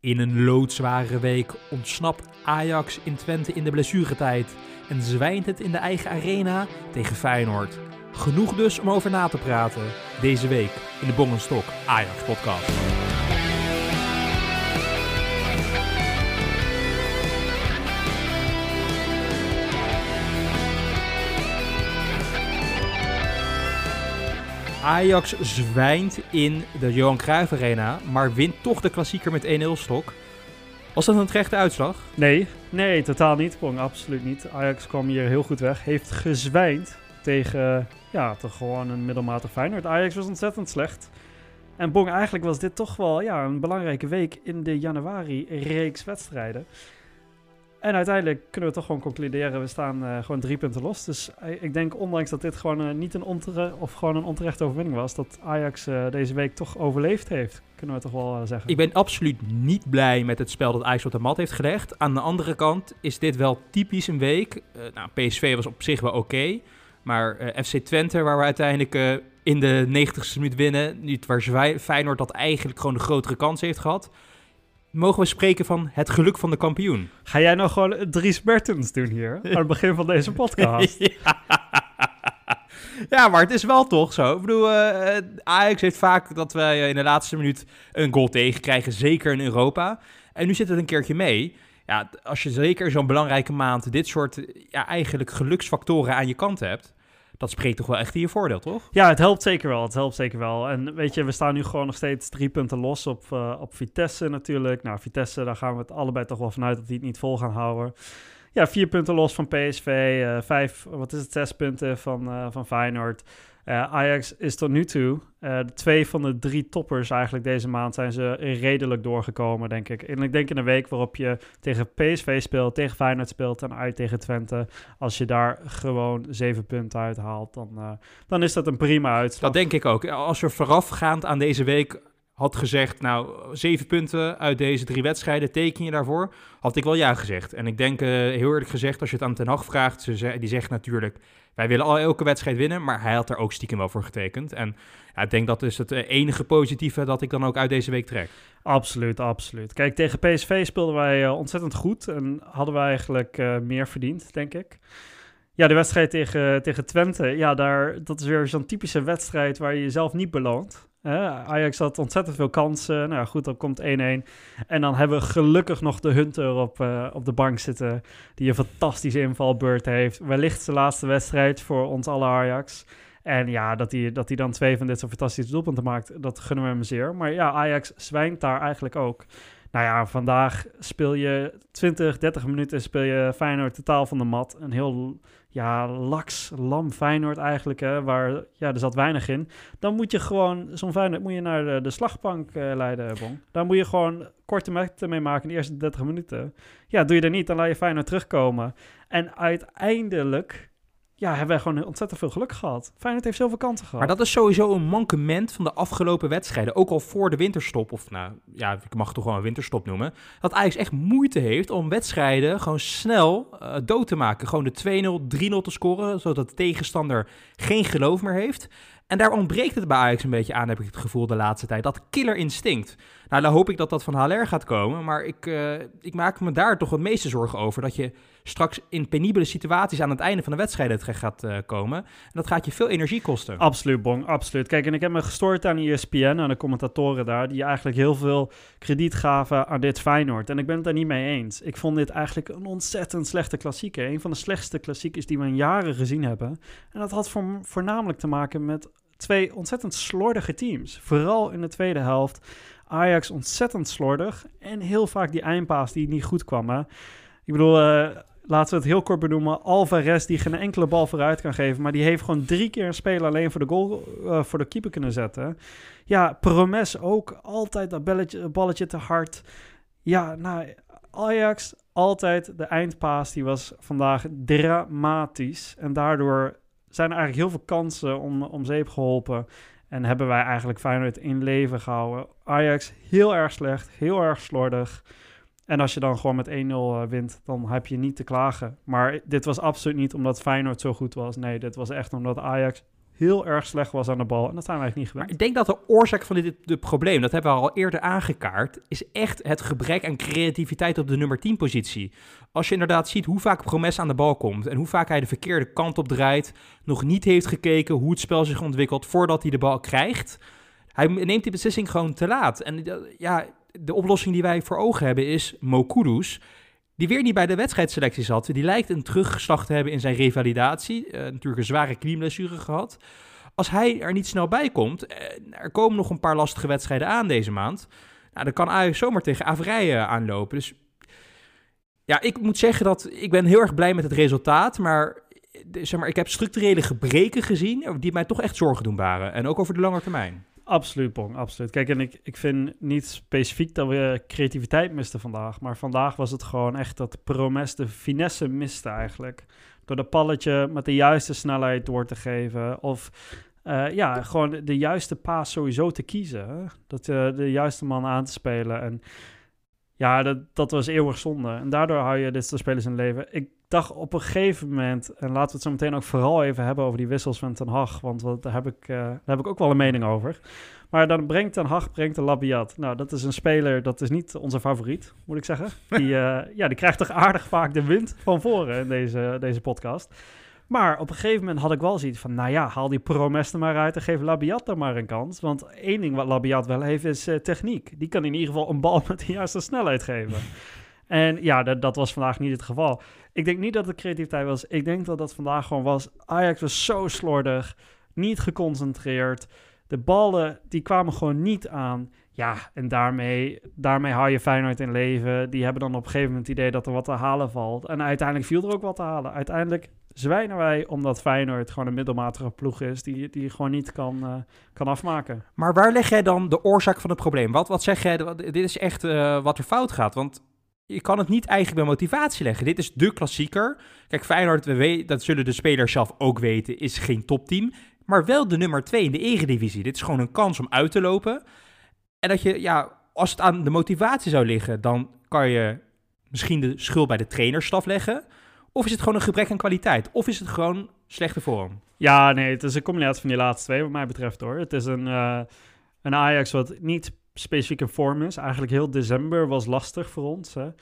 In een loodzware week ontsnapt Ajax in Twente in de blessuretijd en zwijnt het in de eigen arena tegen Feyenoord. Genoeg dus om over na te praten, deze week in de Bong en Stok Ajax podcast. Ajax zwijnt in de Johan Cruijff Arena, maar wint toch de klassieker met 1-0 Stok. Was dat een terechte uitslag? Nee, totaal niet. Bong, absoluut niet. Ajax kwam hier heel goed weg. Heeft gezwijnd tegen toch gewoon een middelmatig Feyenoord. Ajax was ontzettend slecht. En Bong, eigenlijk was dit toch wel een belangrijke week in de januari-reeks wedstrijden. En uiteindelijk kunnen we toch gewoon concluderen, we staan gewoon 3 punten los. Dus ik denk, ondanks dat dit gewoon niet een onterechte overwinning was, dat Ajax deze week toch overleefd heeft, kunnen we toch wel zeggen. Ik ben absoluut niet blij met het spel dat Ajax op de mat heeft gelegd. Aan de andere kant is dit wel typisch een week. PSV was op zich wel oké, maar FC Twente, waar we uiteindelijk in de 90ste minuut winnen, niet waar Feyenoord dat eigenlijk gewoon de grotere kans heeft gehad, mogen we spreken van het geluk van de kampioen. Ga jij nou gewoon Dries Mertens doen hier, aan het begin van deze podcast? Ja, maar het is wel toch zo. Ik bedoel, Ajax heeft vaak dat wij in de laatste minuut een goal tegenkrijgen, zeker in Europa. En nu zit het een keertje mee. Ja, als je zeker zo'n belangrijke maand dit soort eigenlijk geluksfactoren aan je kant hebt, dat spreekt toch wel echt in je voordeel, toch? Ja, het helpt zeker wel. En weet je, we staan nu gewoon nog steeds 3 punten los op Vitesse natuurlijk. Nou, Vitesse, daar gaan we het allebei toch wel vanuit dat die het niet vol gaan houden. Ja, 4 punten los van PSV, 6 punten van Feyenoord. Ajax is tot nu toe, 2 van de 3 toppers eigenlijk deze maand zijn ze redelijk doorgekomen, denk ik. En ik denk in een week waarop je tegen PSV speelt, tegen Feyenoord speelt en uit tegen Twente, als je daar gewoon 7 punten uithaalt, dan is dat een prima uitslag. Dat denk ik ook. Als je voorafgaand aan deze week had gezegd, 7 punten uit deze 3 wedstrijden, teken je daarvoor, had ik wel ja gezegd. En ik denk, heel eerlijk gezegd, als je het aan Ten Hag vraagt, die zegt natuurlijk, wij willen elke wedstrijd winnen, maar hij had er ook stiekem wel voor getekend. En ik denk dat is het enige positieve dat ik dan ook uit deze week trek. Absoluut. Kijk, tegen PSV speelden wij ontzettend goed en hadden we eigenlijk meer verdiend, denk ik. Ja, de wedstrijd tegen Twente, dat is weer zo'n typische wedstrijd waar je jezelf niet beloont. Ajax had ontzettend veel kansen. Nou goed, dan komt 1-1. En dan hebben we gelukkig nog de Hunter op de bank zitten, die een fantastische invalbeurt heeft. Wellicht zijn laatste wedstrijd voor ons alle Ajax. En ja, dat hij dan 2 van dit soort fantastische doelpunten maakt, dat gunnen we hem zeer. Maar ja, Ajax zwijnt daar eigenlijk ook. Nou ja, vandaag speel je 20, 30 minuten speel je Feyenoord totaal van de mat. Een heel laks, lam Feyenoord eigenlijk, waar er zat weinig in. Dan moet je gewoon, zo'n Feyenoord naar de slagbank leiden, Bong. Daar moet je gewoon korte metten mee maken in de eerste 30 minuten. Ja, doe je dat niet, dan laat je Feyenoord terugkomen. En uiteindelijk hebben wij gewoon ontzettend veel geluk gehad. Feyenoord heeft zoveel kansen gehad. Maar dat is sowieso een mankement van de afgelopen wedstrijden. Ook al voor de winterstop, ik mag het toch wel een winterstop noemen, dat Ajax echt moeite heeft om wedstrijden gewoon snel dood te maken. Gewoon de 2-0, 3-0 te scoren, zodat de tegenstander geen geloof meer heeft. En daar ontbreekt het bij Ajax een beetje aan, heb ik het gevoel, de laatste tijd. Dat killer instinct. Nou, dan hoop ik dat van HLR gaat komen. Maar ik maak me daar toch het meeste zorgen over. Dat je straks in penibele situaties aan het einde van de wedstrijden terecht gaat komen. En dat gaat je veel energie kosten. Absoluut, Bong, absoluut. Kijk, en ik heb me gestoord aan ESPN, aan de commentatoren daar, die eigenlijk heel veel krediet gaven aan dit Feyenoord. En ik ben het daar niet mee eens. Ik vond dit eigenlijk een ontzettend slechte klassieker. Een van de slechtste klassiekers die we in jaren gezien hebben. En dat had voornamelijk te maken met 2 ontzettend slordige teams. Vooral in de tweede helft. Ajax ontzettend slordig. En heel vaak die eindpaas die niet goed kwam. Hè? Ik bedoel, laten we het heel kort benoemen. Alvarez die geen enkele bal vooruit kan geven. Maar die heeft gewoon 3 keer een speler alleen voor de goal, voor de keeper kunnen zetten. Ja, Promes ook. Altijd dat balletje te hard. Ja, Ajax altijd de eindpaas. Die was vandaag dramatisch. En daardoor zijn er eigenlijk heel veel kansen om zeep geholpen. En hebben wij eigenlijk Feyenoord in leven gehouden. Ajax heel erg slecht, heel erg slordig. En als je dan gewoon met 1-0 wint, dan heb je niet te klagen. Maar dit was absoluut niet omdat Feyenoord zo goed was. Nee, dit was echt omdat Ajax heel erg slecht was aan de bal. En dat zijn we eigenlijk niet gewend. Maar ik denk dat de oorzaak van dit probleem, dat hebben we al eerder aangekaart, is echt het gebrek aan creativiteit op de nummer 10 positie. Als je inderdaad ziet hoe vaak Promes aan de bal komt en hoe vaak hij de verkeerde kant op draait, nog niet heeft gekeken hoe het spel zich ontwikkelt voordat hij de bal krijgt. Hij neemt die beslissing gewoon te laat. En de oplossing die wij voor ogen hebben is Mo Kudus, die weer niet bij de wedstrijdselectie zat. Die lijkt een terugslag te hebben in zijn revalidatie. Natuurlijk een zware knieblessure gehad. Als hij er niet snel bij komt, er komen nog een paar lastige wedstrijden aan deze maand. Nou, dan kan Ajax zomaar tegen Averij aanlopen. Dus ja, ik moet zeggen dat ik ben heel erg blij met het resultaat. Maar zeg maar, ik heb structurele gebreken gezien die mij toch echt zorgen doen baren. En ook over de lange termijn. Absoluut, Bong, absoluut. Kijk, en ik vind niet specifiek dat we creativiteit misten vandaag. Maar vandaag was het gewoon echt dat Promes de finesse miste eigenlijk. Door de palletje met de juiste snelheid door te geven. Of gewoon de juiste paas sowieso te kiezen. Hè? Dat de juiste man aan te spelen. En ja, dat was eeuwig zonde. En daardoor hou je dit soort spelers in leven. Ik dacht op een gegeven moment, en laten we het zo meteen ook vooral even hebben over die wissels van Ten Hag, want daar heb ik ook wel een mening over. Maar dan brengt Ten Hag de Labiat. Nou, dat is een speler, dat is niet onze favoriet, moet ik zeggen. Die krijgt toch aardig vaak de wind van voren in deze podcast. Maar op een gegeven moment had ik wel zoiets van, nou ja, haal die Promes er maar uit en geef Labiat er maar een kans. Want één ding wat Labiat wel heeft is techniek. Die kan in ieder geval een bal met de juiste snelheid geven. En ja, dat was vandaag niet het geval. Ik denk niet dat het creativiteit was. Ik denk dat dat vandaag gewoon was. Ajax was zo slordig, niet geconcentreerd. De ballen, die kwamen gewoon niet aan. Ja, en daarmee hou je Feyenoord in leven. Die hebben dan op een gegeven moment het idee dat er wat te halen valt. En uiteindelijk viel er ook wat te halen. Uiteindelijk zwijnen wij omdat Feyenoord gewoon een middelmatige ploeg is die gewoon niet kan afmaken. Maar waar leg jij dan de oorzaak van het probleem? Wat zeg jij? Dit is echt wat er fout gaat, want je kan het niet eigenlijk bij motivatie leggen. Dit is de klassieker. Kijk, Feyenoord, dat zullen de spelers zelf ook weten, is geen topteam. Maar wel de nummer 2 in de Eredivisie. Dit is gewoon een kans om uit te lopen. En dat je, als het aan de motivatie zou liggen, dan kan je misschien de schuld bij de trainerstaf leggen. Of is het gewoon een gebrek aan kwaliteit? Of is het gewoon slechte vorm? Ja, nee, het is een combinatie van die laatste twee, wat mij betreft hoor. Het is een Ajax wat niet specifiek in vorm is. Eigenlijk heel december was lastig voor ons. Hè.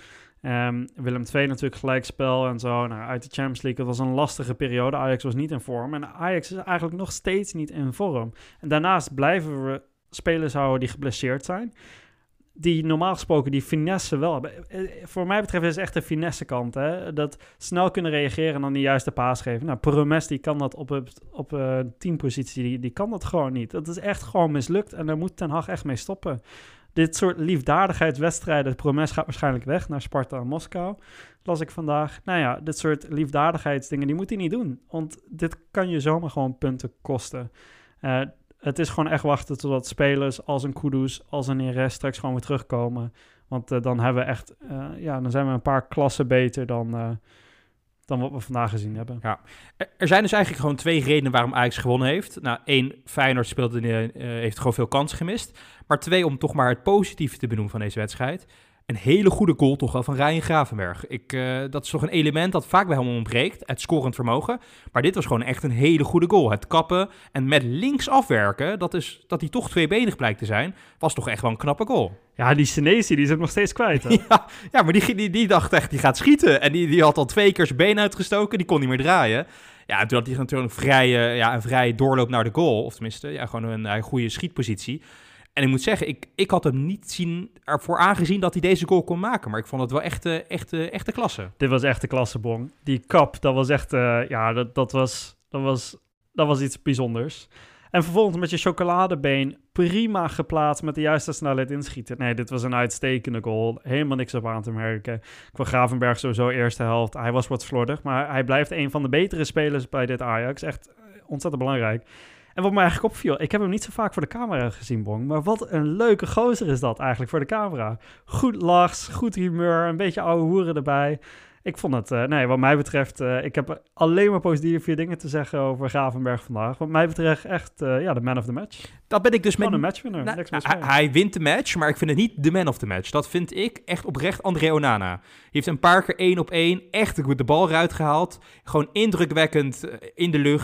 Willem II natuurlijk gelijkspel en zo. Nou, uit de Champions League, het was een lastige periode. Ajax was niet in vorm. En Ajax is eigenlijk nog steeds niet in vorm. En daarnaast blijven we spelers houden die geblesseerd zijn. Die normaal gesproken die finesse wel hebben. Voor mij betreft is het echt de finesse kant. Hè? Dat snel kunnen reageren en dan de juiste paas geven. Nou, Promes die kan dat op teampositie, die kan dat gewoon niet. Dat is echt gewoon mislukt en daar moet Ten Hag echt mee stoppen. Dit soort liefdadigheidswedstrijden, Promes gaat waarschijnlijk weg naar Sparta en Moskou, las ik vandaag. Nou ja, dit soort liefdadigheidsdingen, die moet hij niet doen. Want dit kan je zomaar gewoon punten kosten. Het is gewoon echt wachten totdat spelers als een Kudus, als een Neres straks gewoon weer terugkomen. Want dan hebben we echt, dan zijn we een paar klassen beter dan wat we vandaag gezien hebben. Ja. Er zijn dus eigenlijk gewoon 2 redenen waarom Ajax gewonnen heeft. Nou, 1, Feyenoord heeft gewoon veel kansen gemist. Maar 2, om toch maar het positieve te benoemen van deze wedstrijd. Een hele goede goal toch wel van Ryan Gravenberch. Dat is toch een element dat vaak bij hem ontbreekt, het scorend vermogen. Maar dit was gewoon echt een hele goede goal. Het kappen en met links afwerken, dat hij toch tweebenig blijkt te zijn, was toch echt wel een knappe goal. Ja, die Senesi, die is het nog steeds kwijt. Hè? Ja, maar die dacht echt, die gaat schieten. En die had al 2 keer zijn been uitgestoken, die kon niet meer draaien. Ja, en toen had hij natuurlijk een vrije doorloop naar de goal. Of tenminste, gewoon een goede schietpositie. En ik moet zeggen, ik had hem niet ervoor aangezien dat hij deze goal kon maken. Maar ik vond het wel echt klasse. Dit was echt de klasse, Bong. Die kap, dat was echt... dat was iets bijzonders. En vervolgens met je chocoladebeen prima geplaatst met de juiste snelheid inschieten. Nee, dit was een uitstekende goal. Helemaal niks op aan te merken. Ik vond Gravenberch sowieso eerste helft. Hij was wat slordig, maar hij blijft een van de betere spelers bij dit Ajax. Echt ontzettend belangrijk. En wat me eigenlijk opviel, ik heb hem niet zo vaak voor de camera gezien, Bong, maar wat een leuke gozer is dat eigenlijk voor de camera. Goed lachs, goed humeur, een beetje ouwe hoeren erbij. Ik vond het, wat mij betreft, ik heb alleen maar positieve dingen te zeggen over Gravenberch vandaag. Wat mij betreft echt, de man of the match. Dat ben ik dus gewoon een matchwinner. Hij wint de match, maar ik vind het niet de man of the match. Dat vind ik echt oprecht André Onana. Hij heeft een paar keer 1-op-1 echt de bal eruit gehaald. Gewoon indrukwekkend in de lucht.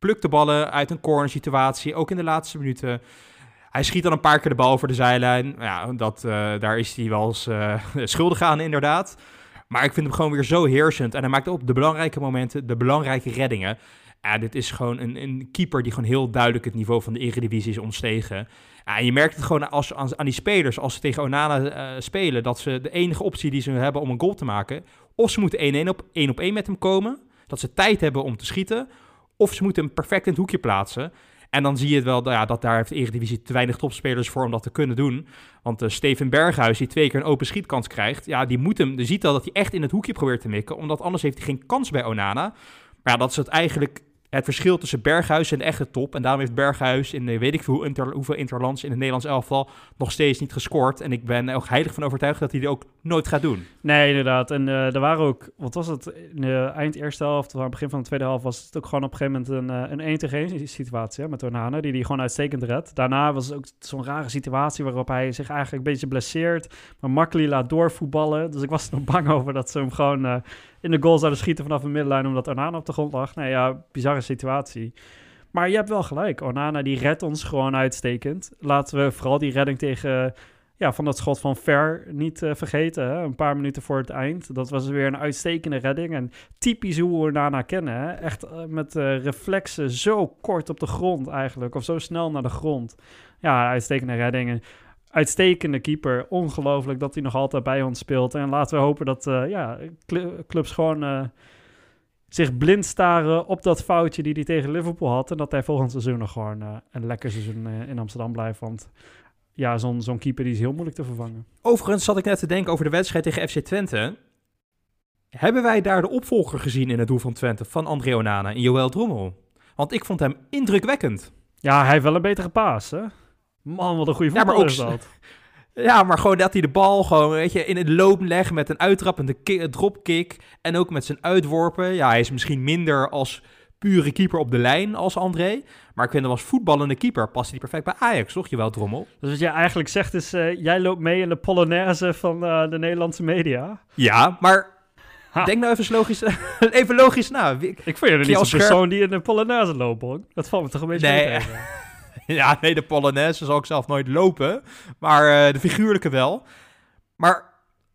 plukt de ballen uit een corner situatie, ook in de laatste minuten. Hij schiet dan een paar keer de bal over de zijlijn. Ja, daar is hij wel eens schuldig aan, inderdaad. Maar ik vind hem gewoon weer zo heersend. En hij maakt op de belangrijke momenten de belangrijke reddingen. Ja, dit is gewoon een keeper die gewoon heel duidelijk het niveau van de Eredivisie is ontstegen. Ja, en je merkt het gewoon aan die spelers, als ze tegen Onana spelen, dat ze de enige optie die ze hebben om een goal te maken, of ze moeten 1 op 1 met hem komen, dat ze tijd hebben om te schieten, of ze moeten hem perfect in het hoekje plaatsen. En dan zie je het wel, dat daar heeft de Eredivisie te weinig topspelers voor om dat te kunnen doen. Want Steven Berghuis, die 2 keer een open schietkans krijgt, ja, die ziet al dat hij echt in het hoekje probeert te mikken, omdat anders heeft hij geen kans bij Onana. Maar ja, dat is het eigenlijk het verschil tussen Berghuis en de echte top. En daarom heeft Berghuis in weet ik veel hoeveel interlands in het Nederlands elftal nog steeds niet gescoord. En ik ben er ook heilig van overtuigd dat hij die ook nooit gaat doen. Nee, inderdaad. En er waren ook, wat was het, in de eind eerste helft, aan het begin van de tweede helft, was het ook gewoon op een gegeven moment een 1-tegen-1 situatie met Onana, die gewoon uitstekend redt. Daarna was het ook zo'n rare situatie waarop hij zich eigenlijk een beetje blesseert, maar Makkely laat doorvoetballen. Dus ik was er nog bang over dat ze hem gewoon in de goal zouden schieten vanaf de middenlijn, omdat Onana op de grond lag. Nee, ja, bizarre situatie. Maar je hebt wel gelijk. Onana, die redt ons gewoon uitstekend. Laten we vooral die redding tegen, van dat schot van Ver niet vergeten. Hè? Een paar minuten voor het eind. Dat was weer een uitstekende redding. En typisch hoe we Onana kennen. Hè? Echt met reflexen zo kort op de grond eigenlijk. Of zo snel naar de grond. Ja, uitstekende redding. En uitstekende keeper. Ongelooflijk dat hij nog altijd bij ons speelt. En laten we hopen dat clubs gewoon zich blind staren op dat foutje die hij tegen Liverpool had. En dat hij volgend seizoen nog gewoon een lekker seizoen in Amsterdam blijft. Want ja, zo'n keeper die is heel moeilijk te vervangen. Overigens zat ik net te denken over de wedstrijd tegen FC Twente. Hebben wij daar de opvolger gezien in het doel van Twente van André Onana en Joël Drommel? Want ik vond hem indrukwekkend. Ja, hij heeft wel een betere paas, hè? Man, wat een goede voetballer is dat. Ja, maar gewoon dat hij de bal gewoon, in het loop legt met een uittrappende dropkick en ook met zijn uitworpen. Ja, hij is misschien minder als pure keeper op de lijn als André, maar ik vind hem als voetballende keeper past hij perfect bij Ajax, toch? Jawel, Drommel. Dus wat jij eigenlijk zegt is, jij loopt mee in de Polonaise van de Nederlandse media. Ja, maar denk nou even logisch na. Ik vond je niet zo'n persoon die in de Polonaise loopt, hoor. Dat valt me toch een beetje tegen. Ja, nee, de Polonaise zal ik zelf nooit lopen. Maar de figuurlijke wel. Maar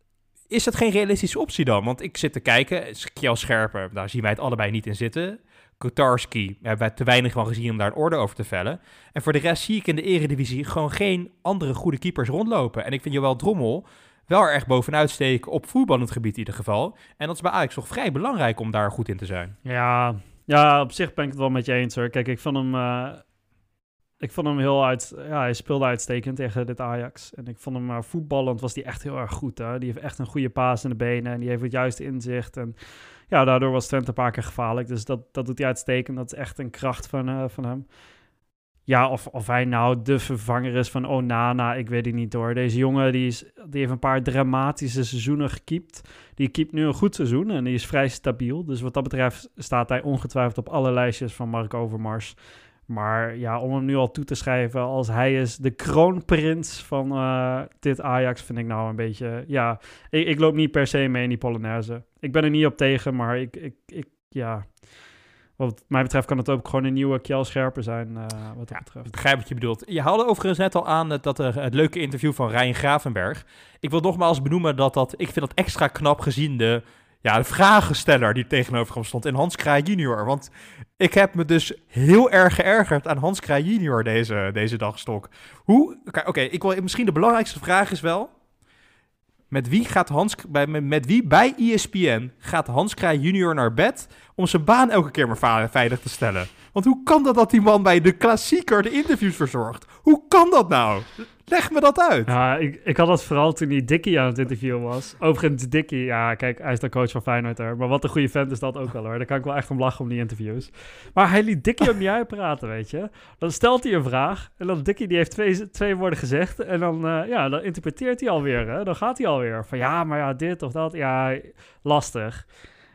is het geen realistische optie dan? Want ik zit te kijken. Kjell Scherpen, daar zien wij het allebei niet in zitten. Kotarski, hebben wij te weinig van gezien om daar een orde over te vellen. En voor de rest zie ik in de Eredivisie gewoon geen andere goede keepers rondlopen. En ik vind Joël Drommel wel erg bovenuit steken op voetballend gebied in ieder geval. En dat is bij Ajax toch vrij belangrijk om daar goed in te zijn. Ja, op zich ben ik het wel met je eens, hoor. Kijk, ik vond hem hij speelde uitstekend tegen dit Ajax. En ik vond hem voetballend was hij echt heel erg goed. Hè? Die heeft echt een goede paas in de benen en die heeft het juiste inzicht. En ja, daardoor was Twente een paar keer gevaarlijk. Dus dat doet hij uitstekend. Dat is echt een kracht van hem. Ja, of hij nou de vervanger is van Onana, ik weet het niet, hoor. Deze jongen die heeft een paar dramatische seizoenen gekiept. Die keept nu een goed seizoen en die is vrij stabiel. Dus wat dat betreft staat hij ongetwijfeld op alle lijstjes van Mark Overmars. Maar ja, om hem nu al toe te schrijven als hij is de kroonprins van dit Ajax, vind ik nou een beetje... Ja, ik loop niet per se mee in die Polonaise. Ik ben er niet op tegen, maar wat mij betreft kan het ook gewoon een nieuwe Kjell Scherpen zijn, wat dat betreft. Ik begrijp wat je bedoelt. Je haalde overigens net al aan het leuke interview van Ryan Gravenberg. Ik wil nogmaals benoemen ik vind dat extra knap gezien de vragensteller die tegenover hem stond in Hans Kraai junior. Want ik heb me dus heel erg geërgerd aan Hans Kraai junior deze dagstok. Misschien de belangrijkste vraag is wel: met wie bij ESPN gaat Hans Kraai junior naar bed om zijn baan elke keer maar veilig te stellen? Want hoe kan dat die man bij de klassieker de interviews verzorgt? Hoe kan dat nou? Leg me dat uit. Ja, ik had dat vooral toen die Dickie aan het interviewen was. Overigens, Dickie, ja, kijk, hij is de coach van Feyenoord, hoor. Maar wat een goede vent is dat ook wel, hoor. Daar kan ik wel echt om lachen om die interviews. Maar hij liet Dickie ook niet uitpraten, weet je. Dan stelt hij een vraag en dan Dickie die heeft twee woorden gezegd. En dan interpreteert hij alweer, hè. Dan gaat hij alweer van ja, dit of dat. Ja, lastig.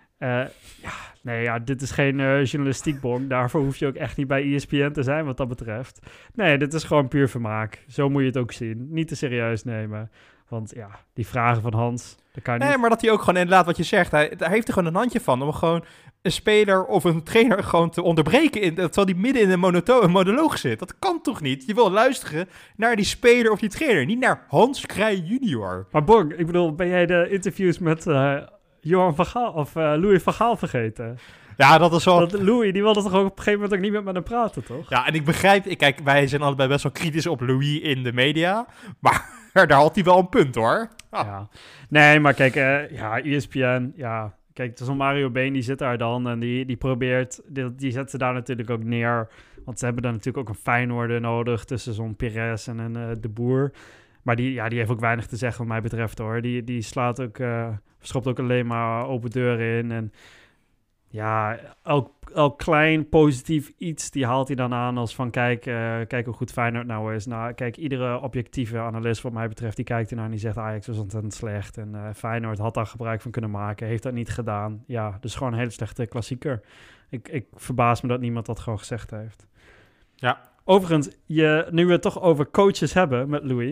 Dit is geen journalistiekbom. Daarvoor hoef je ook echt niet bij ESPN te zijn wat dat betreft. Nee, dit is gewoon puur vermaak. Zo moet je het ook zien. Niet te serieus nemen. Want ja, die vragen van Hans, Dat kan niet. Nee, maar dat hij ook gewoon inderdaad wat je zegt, hij heeft er gewoon een handje van om gewoon een speler of een trainer gewoon te onderbreken terwijl die midden in een monoloog zit. Dat kan toch niet? Je wil luisteren naar die speler of die trainer, niet naar Hans Krij junior. Maar Bong, ik bedoel, ben jij de interviews met Johan van Gaal of Louis van Gaal vergeten? Ja, dat is wel... Louis, die wilde toch ook op een gegeven moment ook niet meer met hem praten, toch? Ja, en ik begrijp... Kijk, wij zijn allebei best wel kritisch op Louis in de media. Maar daar had hij wel een punt, hoor. Ja. Nee, maar kijk, ESPN, ja... Kijk, zo'n Mario Been, die zit daar dan en die probeert... Die zet ze daar natuurlijk ook neer. Want ze hebben dan natuurlijk ook een Feyenoorder nodig tussen zo'n Perez en een De Boer. Maar die heeft ook weinig te zeggen wat mij betreft, hoor. Die slaat ook... schopt ook alleen maar open deuren in en... Ja, elk klein positief iets, die haalt hij dan aan als van kijk hoe goed Feyenoord nou is. Nou, kijk, iedere objectieve analist wat mij betreft, die kijkt ernaar en die zegt Ajax was ontzettend slecht. En Feyenoord had daar gebruik van kunnen maken, heeft dat niet gedaan. Ja, dus gewoon een hele slechte klassieker. Ik verbaas me dat niemand dat gewoon gezegd heeft. Ja. Overigens, nu we het toch over coaches hebben met Louis.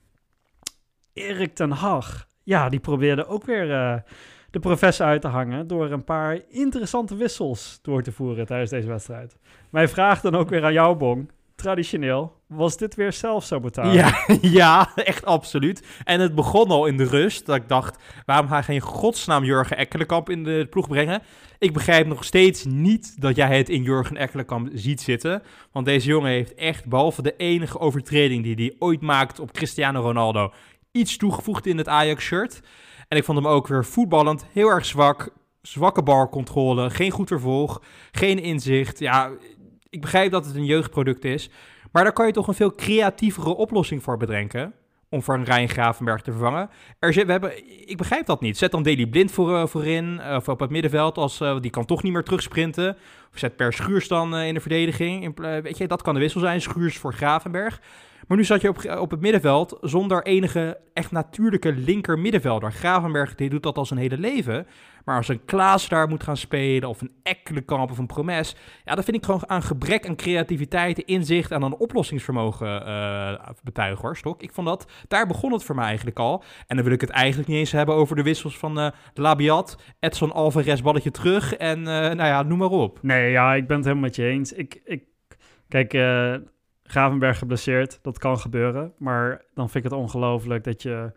Erik ten Hag, ja, die probeerde ook weer... de professor uit te hangen door een paar interessante wissels door te voeren tijdens deze wedstrijd. Mijn vraag dan ook weer aan jou, Bong. Traditioneel, was dit weer zelfsabotage? Ja, echt absoluut. En het begon al in de rust, dat ik dacht, waarom ga je geen godsnaam Jurgen Ekkelenkamp in de ploeg brengen? Ik begrijp nog steeds niet dat jij het in Jurgen Ekkelenkamp ziet zitten. Want deze jongen heeft echt, behalve de enige overtreding die hij ooit maakt op Cristiano Ronaldo, iets toegevoegd in het Ajax-shirt. En ik vond hem ook weer voetballend heel erg zwak. Zwakke balcontrole, geen goed vervolg, geen inzicht. Ja, ik begrijp dat het een jeugdproduct is. Maar daar kan je toch een veel creatievere oplossing voor bedenken. Om voor een Ryan Gravenberch te vervangen. Ik begrijp dat niet. Zet dan Daley Blind voorin. Of op het middenveld. Die kan toch niet meer terugsprinten. Of zet Per Schuurs dan in de verdediging. Weet je, dat kan de wissel zijn. Schuurs voor Gravenberch. Maar nu zat je op het middenveld zonder enige echt natuurlijke linker middenvelder. Gravenberch die doet dat al zijn hele leven. Maar als een Klaas daar moet gaan spelen, of een Ekkelenkamp of een Promes, ja, dat vind ik gewoon aan gebrek aan creativiteit, inzicht en aan oplossingsvermogen betuigen, hoor, Stok. Ik vond dat, daar begon het voor mij eigenlijk al. En dan wil ik het eigenlijk niet eens hebben over de wissels van Labiat, Edson Alvarez balletje terug en noem maar op. Nee, ja, ik ben het helemaal met je eens. Kijk, Gravenberch geblesseerd, dat kan gebeuren. Maar dan vind ik het ongelooflijk dat je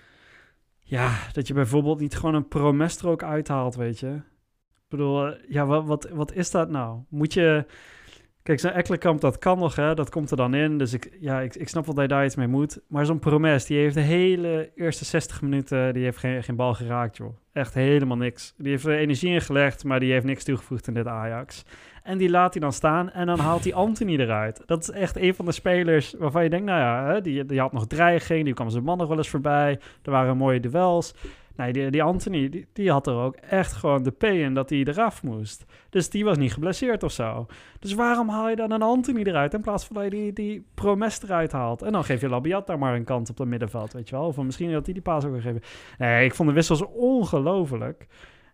bijvoorbeeld niet gewoon een Promes er ook uithaalt, weet je. Ik bedoel, wat is dat nou? Moet je... Kijk, zo'n Ekkelenkamp, dat kan nog, hè. Dat komt er dan in. Dus ik snap wel dat je daar iets mee moet. Maar zo'n Promes, die heeft de hele eerste 60 minuten... die heeft geen bal geraakt, joh. Echt helemaal niks. Die heeft er energie in gelegd, maar die heeft niks toegevoegd in dit Ajax. En die laat hij dan staan en dan haalt hij Antony eruit. Dat is echt een van de spelers waarvan je denkt... nou ja, hè, die had nog dreiging, die kwam zijn man nog wel eens voorbij. Er waren mooie duels. Nee, die Antony, die had er ook echt gewoon de P in dat hij eraf moest. Dus die was niet geblesseerd of zo. Dus waarom haal je dan een Antony eruit in plaats van dat je die Promes eruit haalt? En dan geef je Labiat daar maar een kans op het middenveld, weet je wel. Of misschien had hij die paas ook gegeven. Nee, ik vond de wissels ongelooflijk.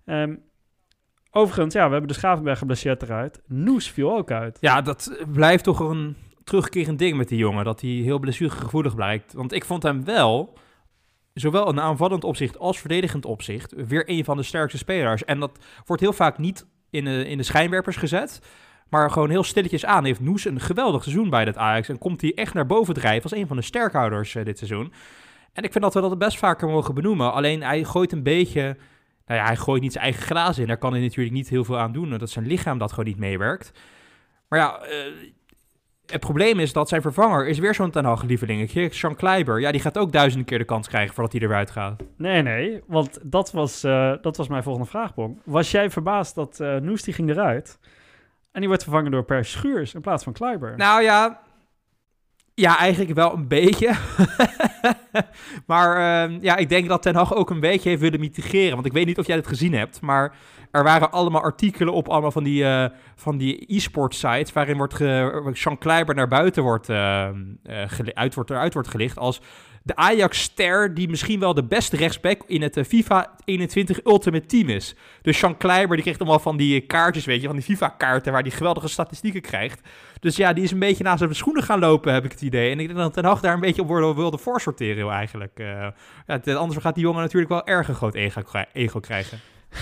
Overigens, ja, we hebben de Gravenberch geblesseerd eruit. Noes viel ook uit. Ja, dat blijft toch een terugkerend ding met die jongen. Dat hij heel blessuregevoelig blijkt. Want ik vond hem wel... zowel in aanvallend opzicht als verdedigend opzicht, weer een van de sterkste spelers. En dat wordt heel vaak niet in de schijnwerpers gezet, maar gewoon heel stilletjes aan. Heeft Noes een geweldig seizoen bij dat Ajax en komt hij echt naar boven drijven als een van de sterkhouders dit seizoen. En ik vind dat we dat best vaker mogen benoemen. Alleen hij gooit een beetje... Nou ja, hij gooit niet zijn eigen glazen in. Daar kan hij natuurlijk niet heel veel aan doen, dat zijn lichaam dat gewoon niet meewerkt. Maar ja... Het probleem is dat zijn vervanger is weer zo'n Ten Hag-lievelingetje. Sean Kleiber, ja, die gaat ook 1000 keer de kans krijgen voordat hij eruit gaat. Nee, want dat was mijn volgende vraag, Bong. Was jij verbaasd dat Noes die ging eruit en die wordt vervangen door Per Schuurs in plaats van Kleiber? Nou ja, eigenlijk wel een beetje. Maar ik denk dat Ten Hag ook een beetje heeft willen mitigeren. Want ik weet niet of jij het gezien hebt, maar er waren allemaal artikelen op allemaal van die e-sport sites waarin Sean Kleiber naar buiten wordt gelicht als de Ajax-ster die misschien wel de beste rechtsback in het FIFA 21 Ultimate Team is. Dus Sean Kleiber, die kreeg allemaal van die kaartjes, weet je, van die FIFA-kaarten waar die geweldige statistieken krijgt. Dus ja, die is een beetje naast zijn schoenen gaan lopen, heb ik het idee. En ik denk dat Ten Hag daar een beetje op wilde voorsorteren eigenlijk. Anders gaat die jongen natuurlijk wel erg een groot ego krijgen.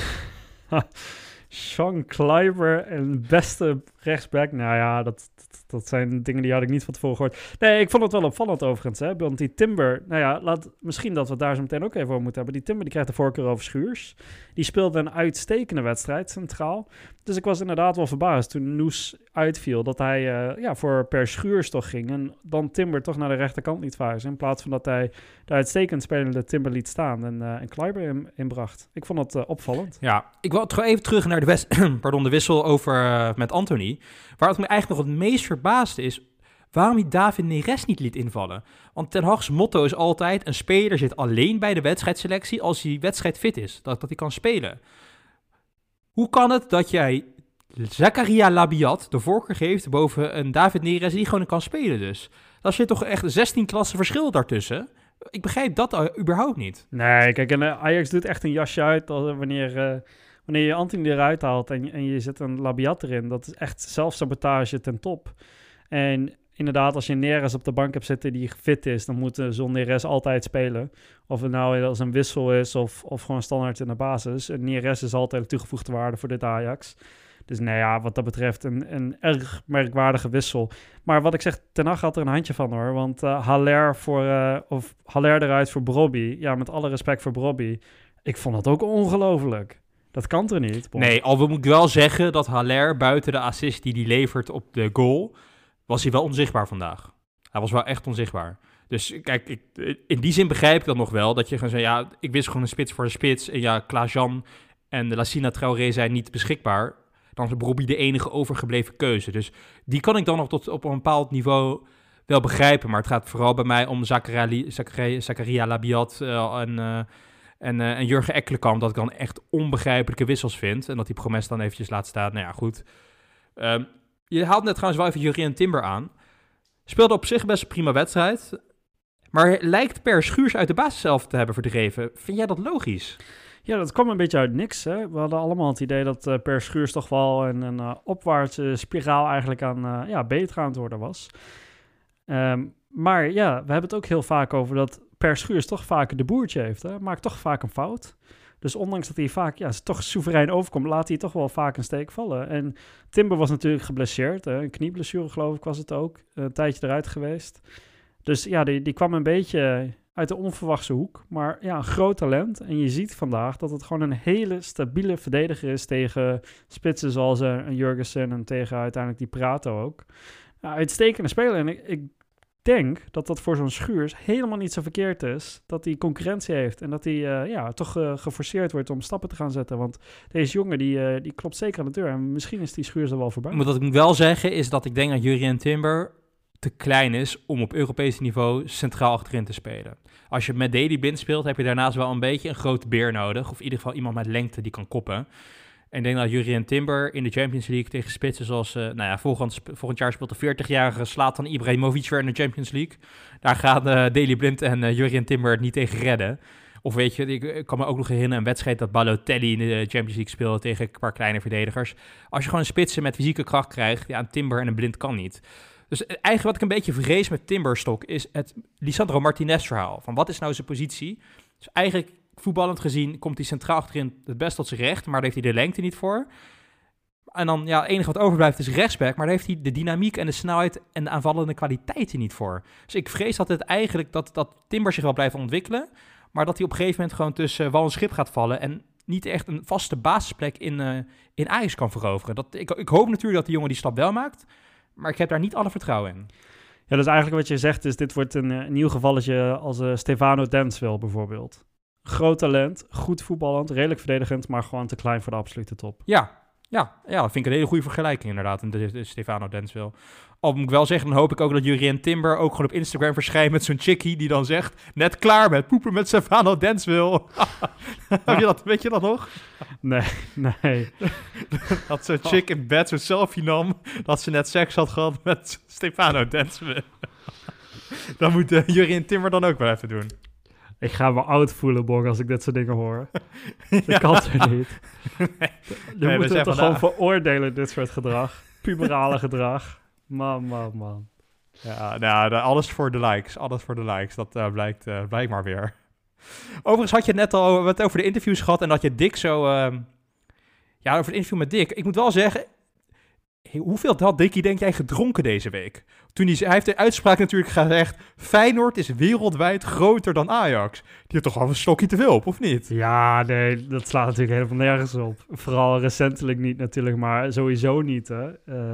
Sean Kleiber en beste rechtsback. Nou ja, dat zijn dingen die had ik niet van tevoren gehoord. Nee, ik vond het wel opvallend overigens. Hè? Want die Timber, nou ja, misschien dat we het daar zo meteen ook even over moeten hebben. Die Timber die krijgt de voorkeur over Schuurs. Die speelde een uitstekende wedstrijd centraal. Dus ik was inderdaad wel verbaasd toen Noes uitviel. Dat hij voor Per Schuurs toch ging. En dan Timber toch naar de rechterkant liet verhuizen. In plaats van dat hij de uitstekend spelende Timber liet staan. En Kleiber inbracht. Ik vond het opvallend. Ja, ik wil even terug naar de wissel over met Anthony. Waar het me eigenlijk nog het meest verbaasde is waarom hij David Neres niet liet invallen. Want Ten Hag's motto is altijd: een speler zit alleen bij de wedstrijdselectie als hij wedstrijdfit is. Dat hij kan spelen. Hoe kan het dat jij Zakaria Labiat de voorkeur geeft boven een David Neres die gewoon kan spelen dus? Dat zit toch echt 16 klassen verschil daartussen? Ik begrijp dat überhaupt niet. Nee, kijk, en Ajax doet echt een jasje uit wanneer je Anthony eruit haalt en je zet een Labiat erin. Dat is echt zelfsabotage ten top. En inderdaad, als je Neres op de bank hebt zitten die fit is, dan moet zo'n Neres altijd spelen. Of het nou als een wissel is of gewoon standaard in de basis. En Neres is altijd een toegevoegde waarde voor dit Ajax. Dus nou ja, wat dat betreft een erg merkwaardige wissel. Maar wat ik zeg, Ten Hag had er een handje van hoor. Want Haller eruit voor Brobbey. Ja, met alle respect voor Brobbey. Ik vond dat ook ongelooflijk. Dat kan toch niet? Bon. Nee, al moet ik wel zeggen dat Haller buiten de assist die hij levert op de goal, was hij wel onzichtbaar vandaag. Hij was wel echt onzichtbaar. Dus kijk, in die zin begrijp ik dat nog wel. Dat je gewoon zegt, ja, ik wist gewoon een spits voor een spits. En ja, Klaas-Jan en Lassina Traoré zijn niet beschikbaar. Dan is Brobbey de enige overgebleven keuze. Dus die kan ik dan nog tot op een bepaald niveau wel begrijpen. Maar het gaat vooral bij mij om Zakaria Labiat en Jurgen Ekkelenkamp, dat ik dan echt onbegrijpelijke wissels vind. En dat die Promes dan eventjes laat staan. Nou ja, goed. Je haalt net trouwens wel even Jurrien Timber aan. Speelde op zich best een prima wedstrijd. Maar lijkt Per Schuurs uit de basis zelf te hebben verdreven. Vind jij dat logisch? Ja, dat kwam een beetje uit niks. Hè? We hadden allemaal het idee dat Per Schuurs toch wel een opwaartse spiraal eigenlijk aan beter aan het worden was. Maar ja, we hebben het ook heel vaak over dat Per Schuurs toch vaak de boertje heeft. Hè? Maakt toch vaak een fout. Dus ondanks dat hij vaak toch soeverein overkomt, laat hij toch wel vaak een steek vallen. En Timber was natuurlijk geblesseerd. Hè? Een knieblessure geloof ik was het ook. Een tijdje eruit geweest. Dus ja, die kwam een beetje uit de onverwachte hoek. Maar ja, een groot talent. En je ziet vandaag dat het gewoon een hele stabiele verdediger is tegen spitsen zoals een Jurgensen en tegen uiteindelijk die Prato ook. Uitstekende speler. En ik denk dat dat voor zo'n Schuurs helemaal niet zo verkeerd is. Dat hij concurrentie heeft. En dat hij toch geforceerd wordt om stappen te gaan zetten. Want deze jongen die klopt zeker aan de deur. En misschien is die Schuurs er wel voorbij. Maar wat ik moet wel zeggen is dat ik denk dat Jurrien Timber te klein is om op Europees niveau centraal achterin te spelen. Als je met Daley Blind speelt, heb je daarnaast wel een beetje een grote beer nodig. Of in ieder geval iemand met lengte die kan koppen. En ik denk dat Jurrien Timber in de Champions League tegen spitsen zoals... volgend jaar speelt de 40-jarige Zlatan Ibrahimovic weer in de Champions League. Daar gaan Daley Blind en Jurrien Timber het niet tegen redden. Of weet je, ik kan me ook nog herinneren een wedstrijd dat Balotelli in de Champions League speelde tegen een paar kleine verdedigers. Als je gewoon een spitsen met fysieke kracht krijgt, ja, een Timber en een Blind kan niet. Dus eigenlijk wat ik een beetje vrees met Timberstok is het Lisandro Martinez verhaal. Van wat is nou zijn positie? Dus eigenlijk voetballend gezien komt hij centraal achterin het best tot zijn recht, maar daar heeft hij de lengte niet voor. En dan, ja, het enige wat overblijft is rechtsback, maar daar heeft hij de dynamiek en de snelheid en de aanvallende kwaliteiten niet voor. Dus ik vrees dat het eigenlijk, dat Timber zich wel blijft ontwikkelen, maar dat hij op een gegeven moment gewoon tussen wal en schip gaat vallen en niet echt een vaste basisplek in Ajax kan veroveren. Ik hoop natuurlijk dat die jongen die stap wel maakt, maar ik heb daar niet alle vertrouwen in. Ja, dus eigenlijk wat je zegt is, dit wordt een nieuw gevalletje als Stefano Denswil bijvoorbeeld. Groot talent, goed voetballend, redelijk verdedigend, maar gewoon te klein voor de absolute top. Ja, dat vind ik een hele goede vergelijking inderdaad, in de Stefano Denswil. Al moet ik wel zeggen, dan hoop ik ook dat Jurrien Timber ook gewoon op Instagram verschijnt met zo'n chickie die dan zegt, net klaar met poepen met Stefano Denswil. Weet je dat nog? Nee. Dat zo'n chick in bed zo'n selfie nam, dat ze net seks had gehad met Stefano Denswil. Dat moet Jurien Timmer dan ook wel even doen. Ik ga me oud voelen, Bong, als ik dit soort dingen hoor. Dat kan toch niet? Dan moeten we toch gewoon veroordelen, dit soort gedrag. Puberale gedrag. Man. Ja, nou, alles voor de likes. Alles voor de likes. Dat blijkt maar weer. Overigens had je net al wat over de interviews gehad en dat je Dick zo... over het interview met Dick. Ik moet wel zeggen, hoeveel had Dickie denk jij gedronken deze week? Hij heeft de uitspraak natuurlijk gezegd, Feyenoord is wereldwijd groter dan Ajax. Die heeft toch wel een stokje te veel op, of niet? Ja, nee, dat slaat natuurlijk helemaal nergens op. Vooral recentelijk niet natuurlijk, maar sowieso niet, hè.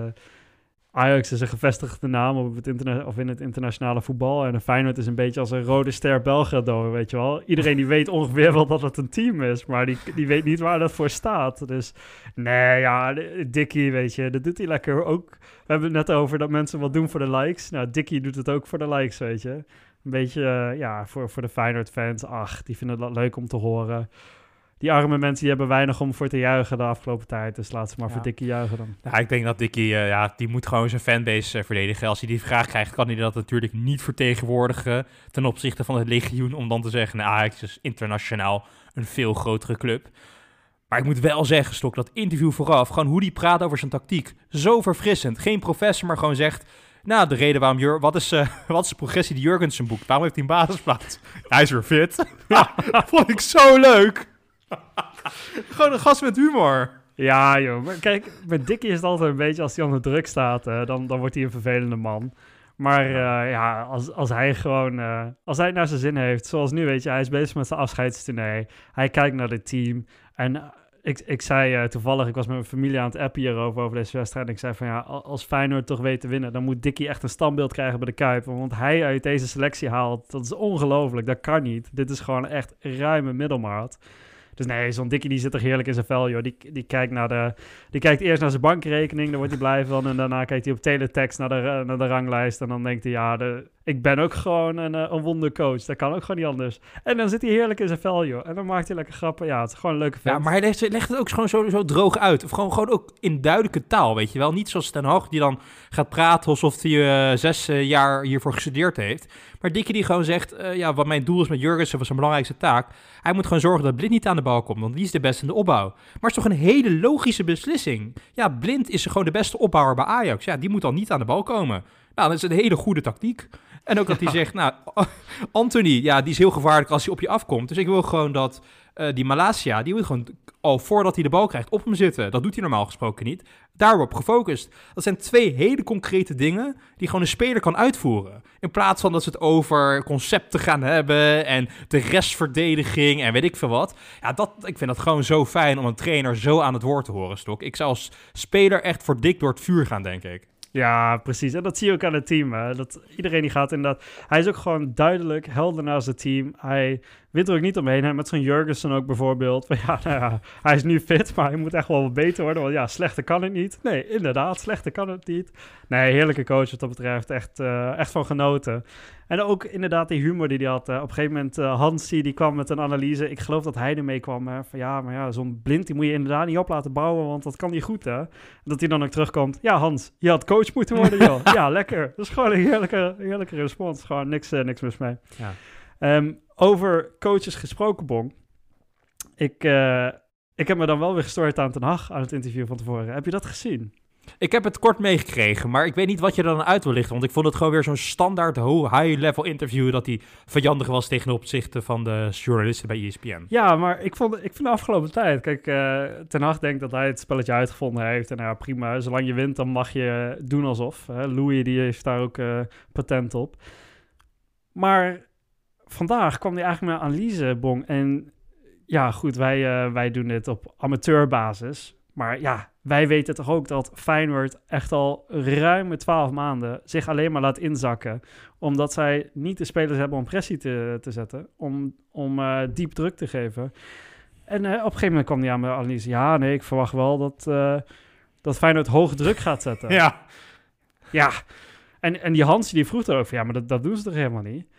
Ajax is een gevestigde naam op in het internationale voetbal. En Feyenoord is een beetje als een rode ster Belgrado, weet je wel. Iedereen die weet ongeveer wel dat het een team is, maar die weet niet waar dat voor staat. Dus nee, ja, Dickie, weet je, dat doet hij lekker ook. We hebben het net over dat mensen wat doen voor de likes. Nou, Dickie doet het ook voor de likes, weet je. Een beetje, voor de Feyenoord-fans. Ach, die vinden dat leuk om te horen. Die arme mensen die hebben weinig om voor te juichen de afgelopen tijd. Dus laat ze maar voor Dickie juichen dan. Ja, ik denk dat Dickie, die moet gewoon zijn fanbase verdedigen. Als hij die vraag krijgt, kan hij dat natuurlijk niet vertegenwoordigen ten opzichte van het legioen. Om dan te zeggen, Ajax is internationaal een veel grotere club. Maar ik moet wel zeggen, Stok, dat interview vooraf, gewoon hoe die praat over zijn tactiek. Zo verfrissend. Geen professor, maar gewoon zegt... Nou, de reden waarom... Wat is de progressie die Jurgensen boekt? Waarom heeft hij een basisplaats? Hij is weer fit. Ja, dat vond ik zo leuk. Gewoon een gast met humor. Ja, joh. Maar kijk, met Dickie is het altijd een beetje... Als hij onder druk staat, dan wordt hij een vervelende man. Maar als hij gewoon... als hij het naar zijn zin heeft, zoals nu, weet je... Hij is bezig met zijn afscheidstournee. Hij kijkt naar het team. En ik zei toevallig... Ik was met mijn familie aan het appen hierover, over deze wedstrijd. En ik zei van ja, als Feyenoord toch weet te winnen... dan moet Dickie echt een standbeeld krijgen bij de Kuip. Want hij uit deze selectie haalt... Dat is ongelooflijk. Dat kan niet. Dit is gewoon echt ruime middelmaat. Dus nee, zo'n Dickie die zit er heerlijk in zijn vel, joh. Die kijkt eerst naar zijn bankrekening, daar wordt hij blij van. En daarna kijkt hij op teletext naar de ranglijst. En dan denkt hij, ik ben ook gewoon een wondercoach. Dat kan ook gewoon niet anders. En dan zit hij heerlijk in zijn vel, joh. En dan maakt hij lekker grappen. Ja, het is gewoon een leuke vent. Ja, maar hij legt het ook gewoon zo droog uit. Of gewoon ook in duidelijke taal, weet je wel. Niet zoals Ten Hag, die dan gaat praten alsof hij 6 jaar hiervoor gestudeerd heeft. Maar Dickie die gewoon zegt, wat mijn doel is met Jurgensen, was zijn belangrijkste taak. Hij moet gewoon zorgen dat Blind niet aan de bal komt, want die is de beste in de opbouw. Maar het is toch een hele logische beslissing. Ja, Blind is gewoon de beste opbouwer bij Ajax. Ja, die moet dan niet aan de bal komen. Nou, dat is een hele goede tactiek. En ook dat hij zegt, Anthony, die is heel gevaarlijk als hij op je afkomt. Dus ik wil gewoon dat die Malacia, die moet gewoon al voordat hij de bal krijgt op hem zitten. Dat doet hij normaal gesproken niet. Daarop gefocust. Dat zijn 2 hele concrete dingen die gewoon een speler kan uitvoeren. In plaats van dat ze het over concepten gaan hebben en de restverdediging en weet ik veel wat. Ja, ik vind dat gewoon zo fijn om een trainer zo aan het woord te horen, Stok. Ik zou als speler echt voor dik door het vuur gaan, denk ik. Ja, precies. En dat zie je ook aan het team. Hè? Dat iedereen die gaat inderdaad... Hij is ook gewoon duidelijk helder naar zijn team. Hij wint er ook niet omheen. Hè? Met zo'n Jurgensen ook bijvoorbeeld. Hij is nu fit, maar hij moet echt wel wat beter worden. Want slechter kan het niet. Nee, inderdaad, slechter kan het niet. Nee, heerlijke coach wat dat betreft. Echt van genoten. En ook inderdaad die humor die hij had. Op een gegeven moment Hansie, die kwam met een analyse. Ik geloof dat hij ermee kwam. Hè? Van zo'n Blind, die moet je inderdaad niet op laten bouwen, want dat kan niet goed, hè. Dat hij dan ook terugkomt. Ja, Hans, je had coach moeten worden, joh. Ja, lekker. Dat is gewoon een heerlijke respons. Gewoon niks mis mee. Ja. Over coaches gesproken, Bong. Ik heb me dan wel weer gestoord aan Ten Hag, aan het interview van tevoren. Heb je dat gezien? Ik heb het kort meegekregen, maar ik weet niet wat je dan uit wil lichten. Want ik vond het gewoon weer zo'n standaard high-level interview dat hij vijandig was tegen opzichte van de journalisten bij ESPN. Ja, maar ik vind de afgelopen tijd... Kijk, Ten Hag denkt dat hij het spelletje uitgevonden heeft. En ja, prima. Zolang je wint, dan mag je doen alsof. Louis, die heeft daar ook patent op. Maar vandaag kwam hij eigenlijk met een analyse, Bong. En ja, goed, wij doen dit op amateurbasis. Maar ja, wij weten toch ook dat Feyenoord echt al ruim 12 maanden zich alleen maar laat inzakken. Omdat zij niet de spelers hebben om pressie te zetten. Om diep druk te geven. En op een gegeven moment kwam hij aan mijn analyse. Ja, nee, ik verwacht wel dat Feyenoord hoge druk gaat zetten. Ja. Ja. En die Hansie die vroeg erover. Ja, maar dat doen ze toch helemaal niet?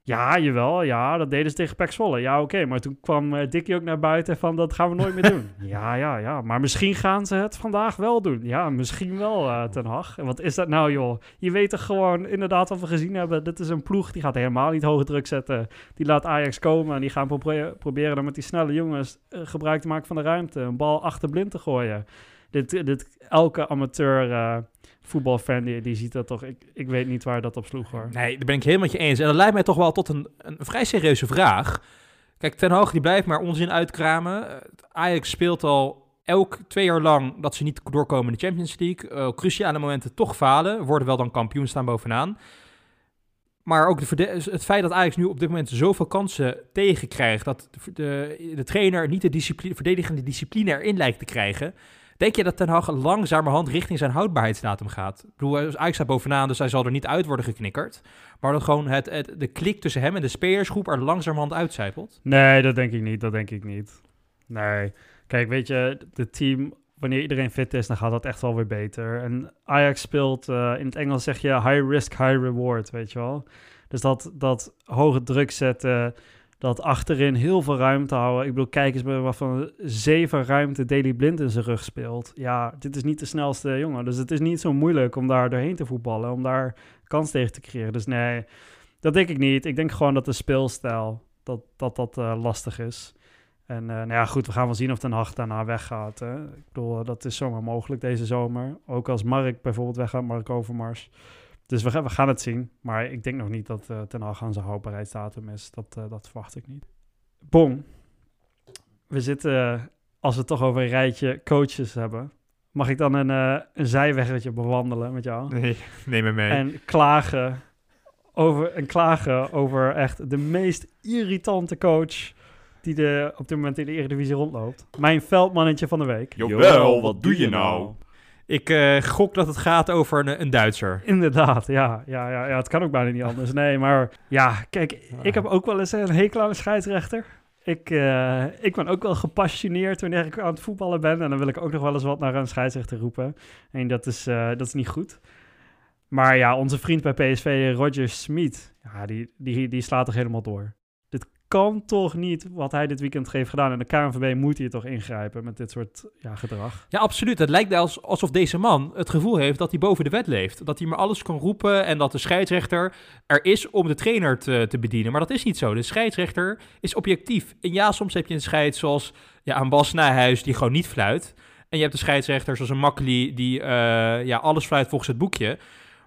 Ja, jawel. Ja, dat deden ze tegen PEC Zwolle. Ja, oké. Maar toen kwam Dickie ook naar buiten van dat gaan we nooit meer doen. Ja. Maar misschien gaan ze het vandaag wel doen. Ja, misschien wel, Ten Hag. En wat is dat nou, joh? Je weet toch gewoon inderdaad wat we gezien hebben. Dit is een ploeg die gaat helemaal niet hoge druk zetten. Die laat Ajax komen en die gaan proberen dan met die snelle jongens gebruik te maken van de ruimte. Een bal achter blind te gooien. Elke amateur voetbalfan die ziet dat toch. Ik weet niet waar dat op sloeg, hoor. Nee, daar ben ik helemaal met je eens. En dat leidt mij toch wel tot een vrij serieuze vraag. Kijk, Ten Hag die blijft maar onzin uitkramen. Ajax speelt al 2 jaar lang dat ze niet doorkomen in de Champions League. Cruciale momenten toch falen. Worden wel dan kampioen, staan bovenaan. Maar ook het feit dat Ajax nu op dit moment zoveel kansen tegenkrijgt, dat de trainer niet de verdedigende discipline erin lijkt te krijgen. Denk je dat Ten Hag langzamerhand richting zijn houdbaarheidsdatum gaat? Ik bedoel, Ajax staat bovenaan, dus hij zal er niet uit worden geknikkerd. Maar dat gewoon de klik tussen hem en de spelersgroep er langzamerhand uitcijpelt? Nee, dat denk ik niet. Nee. Kijk, weet je, het team, wanneer iedereen fit is, dan gaat dat echt wel weer beter. En Ajax speelt, in het Engels zeg je high risk, high reward, weet je wel. Dus dat hoge druk zetten, dat achterin heel veel ruimte houden. Ik bedoel, kijk eens bij waarvan 7 ruimte Daley Blind in zijn rug speelt. Ja, dit is niet de snelste jongen. Dus het is niet zo moeilijk om daar doorheen te voetballen, om daar kans tegen te creëren. Dus nee, dat denk ik niet. Ik denk gewoon dat de speelstijl, dat lastig is. En nou ja, goed, we gaan wel zien of Ten Hag daarna weggaat. Hè. Ik bedoel, dat is zomaar mogelijk deze zomer. Ook als Mark bijvoorbeeld weggaat, Mark Overmars. Dus we gaan het zien. Maar ik denk nog niet dat Ten Hag aan zijn houdbaarheidsdatum is. Dat verwacht ik niet. Bong. We zitten, als we het toch over een rijtje coaches hebben. Mag ik dan een zijweggetje bewandelen met jou? Nee, neem me mee. En klagen over echt de meest irritante coach die op dit moment in de Eredivisie rondloopt. Mijn veldmannetje van de week. Jawel, wat doe je nou? Ik gok dat het gaat over een Duitser. Inderdaad, ja, het kan ook bijna niet anders. Nee, maar ja, kijk, ik heb ook wel eens een hekel aan een scheidsrechter. Ik ben ook wel gepassioneerd wanneer ik aan het voetballen ben. En dan wil ik ook nog wel eens wat naar een scheidsrechter roepen. En dat is niet goed. Maar ja, onze vriend bij PSV, Roger Smit, ja, die slaat toch helemaal door. Dit kan toch niet wat hij dit weekend heeft gedaan. En de KNVB moet hier toch ingrijpen met dit soort gedrag. Ja, absoluut. Het lijkt alsof deze man het gevoel heeft dat hij boven de wet leeft. Dat hij maar alles kan roepen en dat de scheidsrechter er is om de trainer te bedienen. Maar dat is niet zo. De scheidsrechter is objectief. En ja, soms heb je een scheids zoals een Bas Nijhuis die gewoon niet fluit. En je hebt de scheidsrechter zoals een Makkeli die alles fluit volgens het boekje.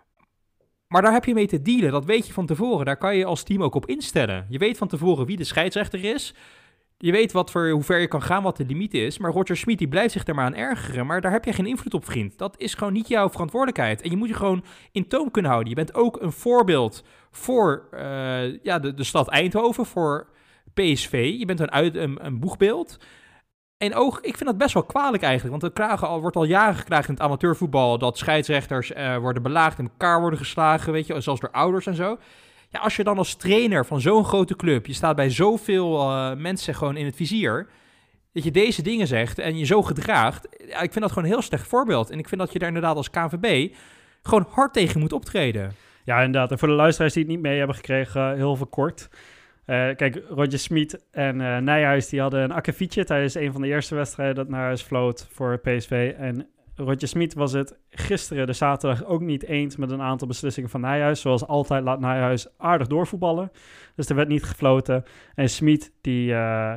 Maar daar heb je mee te dealen, dat weet je van tevoren. Daar kan je als team ook op instellen. Je weet van tevoren wie de scheidsrechter is. Je weet hoe ver je kan gaan, wat de limiet is. Maar Roger Smit die blijft zich daar maar aan ergeren. Maar daar heb je geen invloed op, vriend. Dat is gewoon niet jouw verantwoordelijkheid. En je moet je gewoon in toom kunnen houden. Je bent ook een voorbeeld voor de stad Eindhoven, voor PSV. Je bent een boegbeeld. En ook, ik vind dat best wel kwalijk eigenlijk. Want wordt al jaren geklaagd in het amateurvoetbal dat scheidsrechters worden belaagd en elkaar worden geslagen, weet je, zelfs door ouders en zo. Ja, als je dan als trainer van zo'n grote club, je staat bij zoveel mensen gewoon in het vizier, dat je deze dingen zegt en je zo gedraagt, ja, ik vind dat gewoon een heel slecht voorbeeld. En ik vind dat je daar inderdaad als KNVB gewoon hard tegen moet optreden. Ja, inderdaad. En voor de luisteraars die het niet mee hebben gekregen, heel veel kort. Kijk, Roger Smit en Nijhuis die hadden een akkefietje tijdens een van de eerste wedstrijden dat Nijhuis floot voor PSV. En Roger Smit was het gisteren, de zaterdag, ook niet eens met een aantal beslissingen van Nijhuis. Zoals altijd laat Nijhuis aardig doorvoetballen. Dus er werd niet gefloten. En Smit die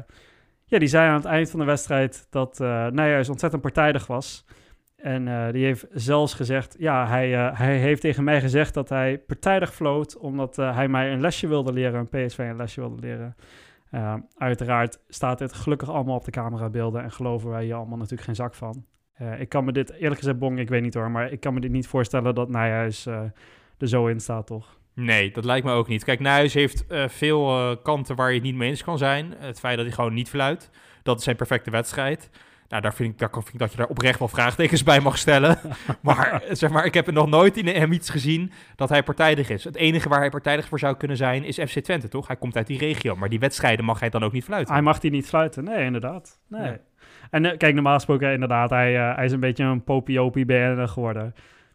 zei aan het eind van de wedstrijd dat Nijhuis ontzettend partijdig was. En die heeft zelfs gezegd, hij heeft tegen mij gezegd dat hij partijdig floot, omdat hij mij een lesje wilde leren, een PSV een lesje wilde leren. Uiteraard staat dit gelukkig allemaal op de camerabeelden en geloven wij hier allemaal natuurlijk geen zak van. Ik kan me dit, eerlijk gezegd, Bong, ik weet niet hoor, maar ik kan me dit niet voorstellen dat Nijhuis er zo in staat, toch? Nee, dat lijkt me ook niet. Kijk, Nijhuis heeft veel kanten waar je het niet mee eens kan zijn. Het feit dat hij gewoon niet fluit, dat is zijn perfecte wedstrijd. Nou, daar vind ik dat je daar oprecht wel vraagtekens bij mag stellen. Maar zeg maar, ik heb er nog nooit in hem iets gezien dat hij partijdig is. Het enige waar hij partijdig voor zou kunnen zijn is FC Twente, toch? Hij komt uit die regio, maar die wedstrijden mag hij dan ook niet fluiten. Hij mag die niet fluiten, nee, inderdaad. Nee. Ja. En kijk, normaal gesproken inderdaad, hij is een beetje een popiopie BN'er geworden.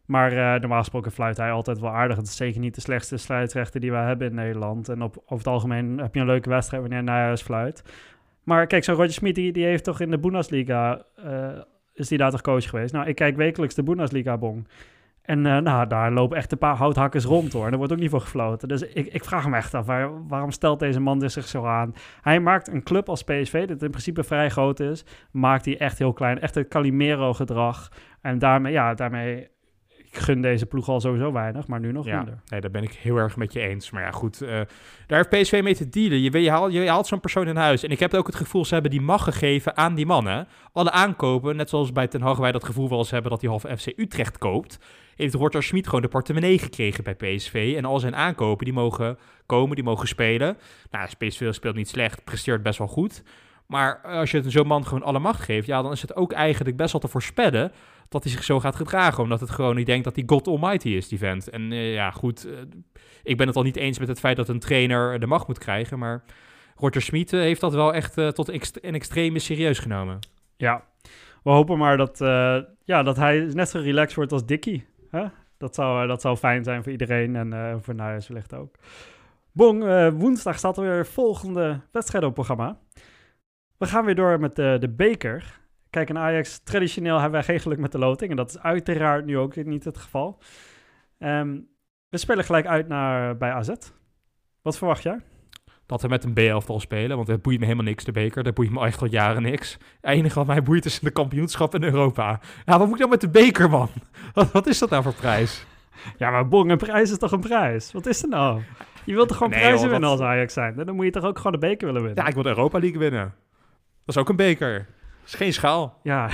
Maar normaal gesproken fluit hij altijd wel aardig. Het is zeker niet de slechtste scheidsrechter die we hebben in Nederland. En over het algemeen heb je een leuke wedstrijd wanneer Nijhuis fluit. Maar kijk, zo'n Roger Schmid, die heeft toch in de Bundesliga... is die daar toch coach geweest? Nou, ik kijk wekelijks de Bundesliga-bong. En daar lopen echt een paar houthakkers rond, hoor. En er wordt ook niet voor gefloten. Dus ik vraag me echt af, waarom stelt deze man zich zo aan? Hij maakt een club als PSV, dat in principe vrij groot is, maakt hij echt heel klein. Echt het Calimero-gedrag. En daarmee... Ik gun deze ploeg al sowieso weinig, maar nu nog minder. Nee, daar ben ik heel erg met je eens. Maar ja, goed, daar heeft PSV mee te dealen. Je haalt zo'n persoon in huis. En ik heb ook het gevoel, ze hebben die macht gegeven aan die mannen. Alle aankopen, net zoals bij Ten Hag wij dat gevoel wel eens hebben dat hij half FC Utrecht koopt, heeft Roger Schmid gewoon de portemonnee gekregen bij PSV. En al zijn aankopen, die mogen komen, die mogen spelen. Nou, PSV speelt niet slecht, presteert best wel goed. Maar als je zo'n man gewoon alle macht geeft, ja, dan is het ook eigenlijk best wel te voorspellen dat hij zich zo gaat gedragen, omdat het gewoon niet denkt dat hij God Almighty is, die vent. En ik ben het al niet eens met het feit dat een trainer de macht moet krijgen, maar Roger Schmid heeft dat wel echt tot een extreme serieus genomen. Ja, we hopen maar dat hij net zo relaxed wordt als Dickie. Hè? Dat zou fijn zijn voor iedereen en voor Nijhuis wellicht ook. Woensdag staat er weer volgende wedstrijd op het programma. We gaan weer door met de beker. Kijk, in Ajax, traditioneel hebben wij geen geluk met de loting. En dat is uiteraard nu ook niet het geval. We spelen gelijk uit bij AZ. Wat verwacht jij? Dat we met een B-elftal spelen, want het boeit me helemaal niks, de beker. Dat boeit me echt al jaren niks. Het enige wat mij boeit is de kampioenschap in Europa. Ja, wat moet ik nou met de beker, man? Wat is dat nou voor prijs? Ja, maar een prijs is toch een prijs? Wat is er nou? Je wilt toch gewoon prijzen winnen als Ajax zijn? Dan moet je toch ook gewoon de beker willen winnen? Ja, ik wil de Europa League winnen. Dat is ook een beker. Dat is geen schaal. Ja.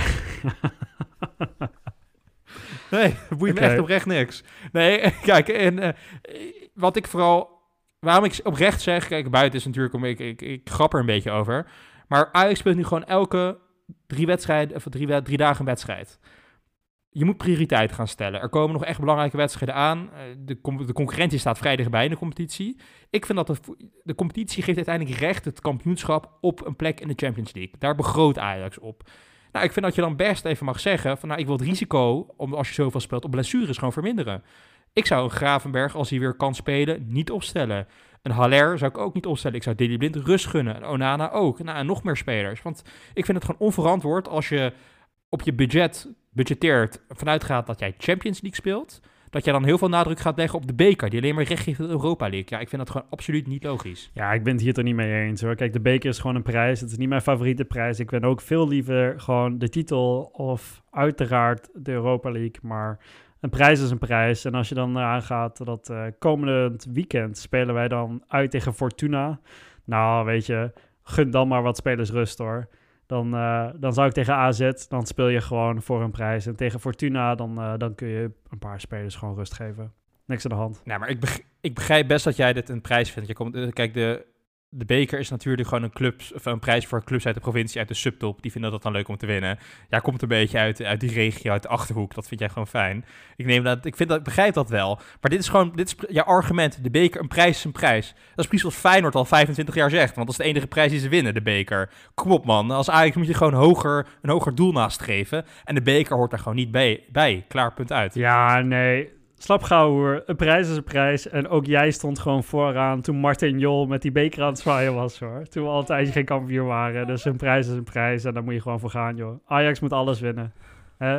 Nee, dat boeit me echt oprecht niks. Nee, kijk, en wat ik vooral... Waarom ik oprecht zeg... Kijk, buiten is natuurlijk... Ik grap er een beetje over. Maar Ajax speelt nu gewoon elke 3 dagen een wedstrijd. Je moet prioriteit gaan stellen. Er komen nog echt belangrijke wedstrijden aan. De concurrentie staat vrij dichtbij in de competitie. Ik vind dat de competitie geeft uiteindelijk recht het kampioenschap op een plek in de Champions League. Daar begroot Ajax op. Nou, ik vind dat je dan best even mag zeggen van, ik wil het risico, als je zoveel speelt, op blessures gewoon verminderen. Ik zou een Gravenberg, als hij weer kan spelen, niet opstellen. Een Haller zou ik ook niet opstellen. Ik zou Daley Blind rust gunnen. En Onana ook. En nog meer spelers. Want ik vind het gewoon onverantwoord als je op je budgeteert vanuit gaat dat jij Champions League speelt, dat jij dan heel veel nadruk gaat leggen op de beker, die alleen maar recht geeft aan de Europa League. Ja, ik vind dat gewoon absoluut niet logisch. Ja, ik ben het hier toch niet mee eens, hoor. Kijk, de beker is gewoon een prijs. Het is niet mijn favoriete prijs. Ik ben ook veel liever gewoon de titel of uiteraard de Europa League. Maar een prijs is een prijs. En als je dan aangaat dat komende weekend spelen wij dan uit tegen Fortuna. Nou, weet je, gun dan maar wat spelers rust, hoor. Dan zou ik tegen AZ, dan speel je gewoon voor een prijs. En tegen Fortuna, dan kun je een paar spelers gewoon rust geven. Niks aan de hand. Nou, maar ik begrijp best dat jij dit een prijs vindt. Kijk, de beker is natuurlijk gewoon een prijs voor clubs uit de provincie, uit de subtop. Die vinden dat dan leuk om te winnen. Jij komt een beetje uit die regio, uit de Achterhoek. Dat vind jij gewoon fijn. Ik begrijp dat wel. Maar dit is jouw argument. De beker, een prijs is een prijs. Dat is precies wat Feyenoord al 25 jaar zegt. Want dat is de enige prijs die ze winnen, de beker. Kom op, man. Als Ajax moet je gewoon een hoger doel nastreven. En de beker hoort daar gewoon niet bij. Klaar, punt uit. Ja, nee. Slap gauw, hoor. Een prijs is een prijs. En ook jij stond gewoon vooraan toen Martin Jol met die beker aan het zwaaien was, hoor. Toen we al een tijdje geen kampioen waren. Dus een prijs is een prijs. En daar moet je gewoon voor gaan, joh. Ajax moet alles winnen. Hè?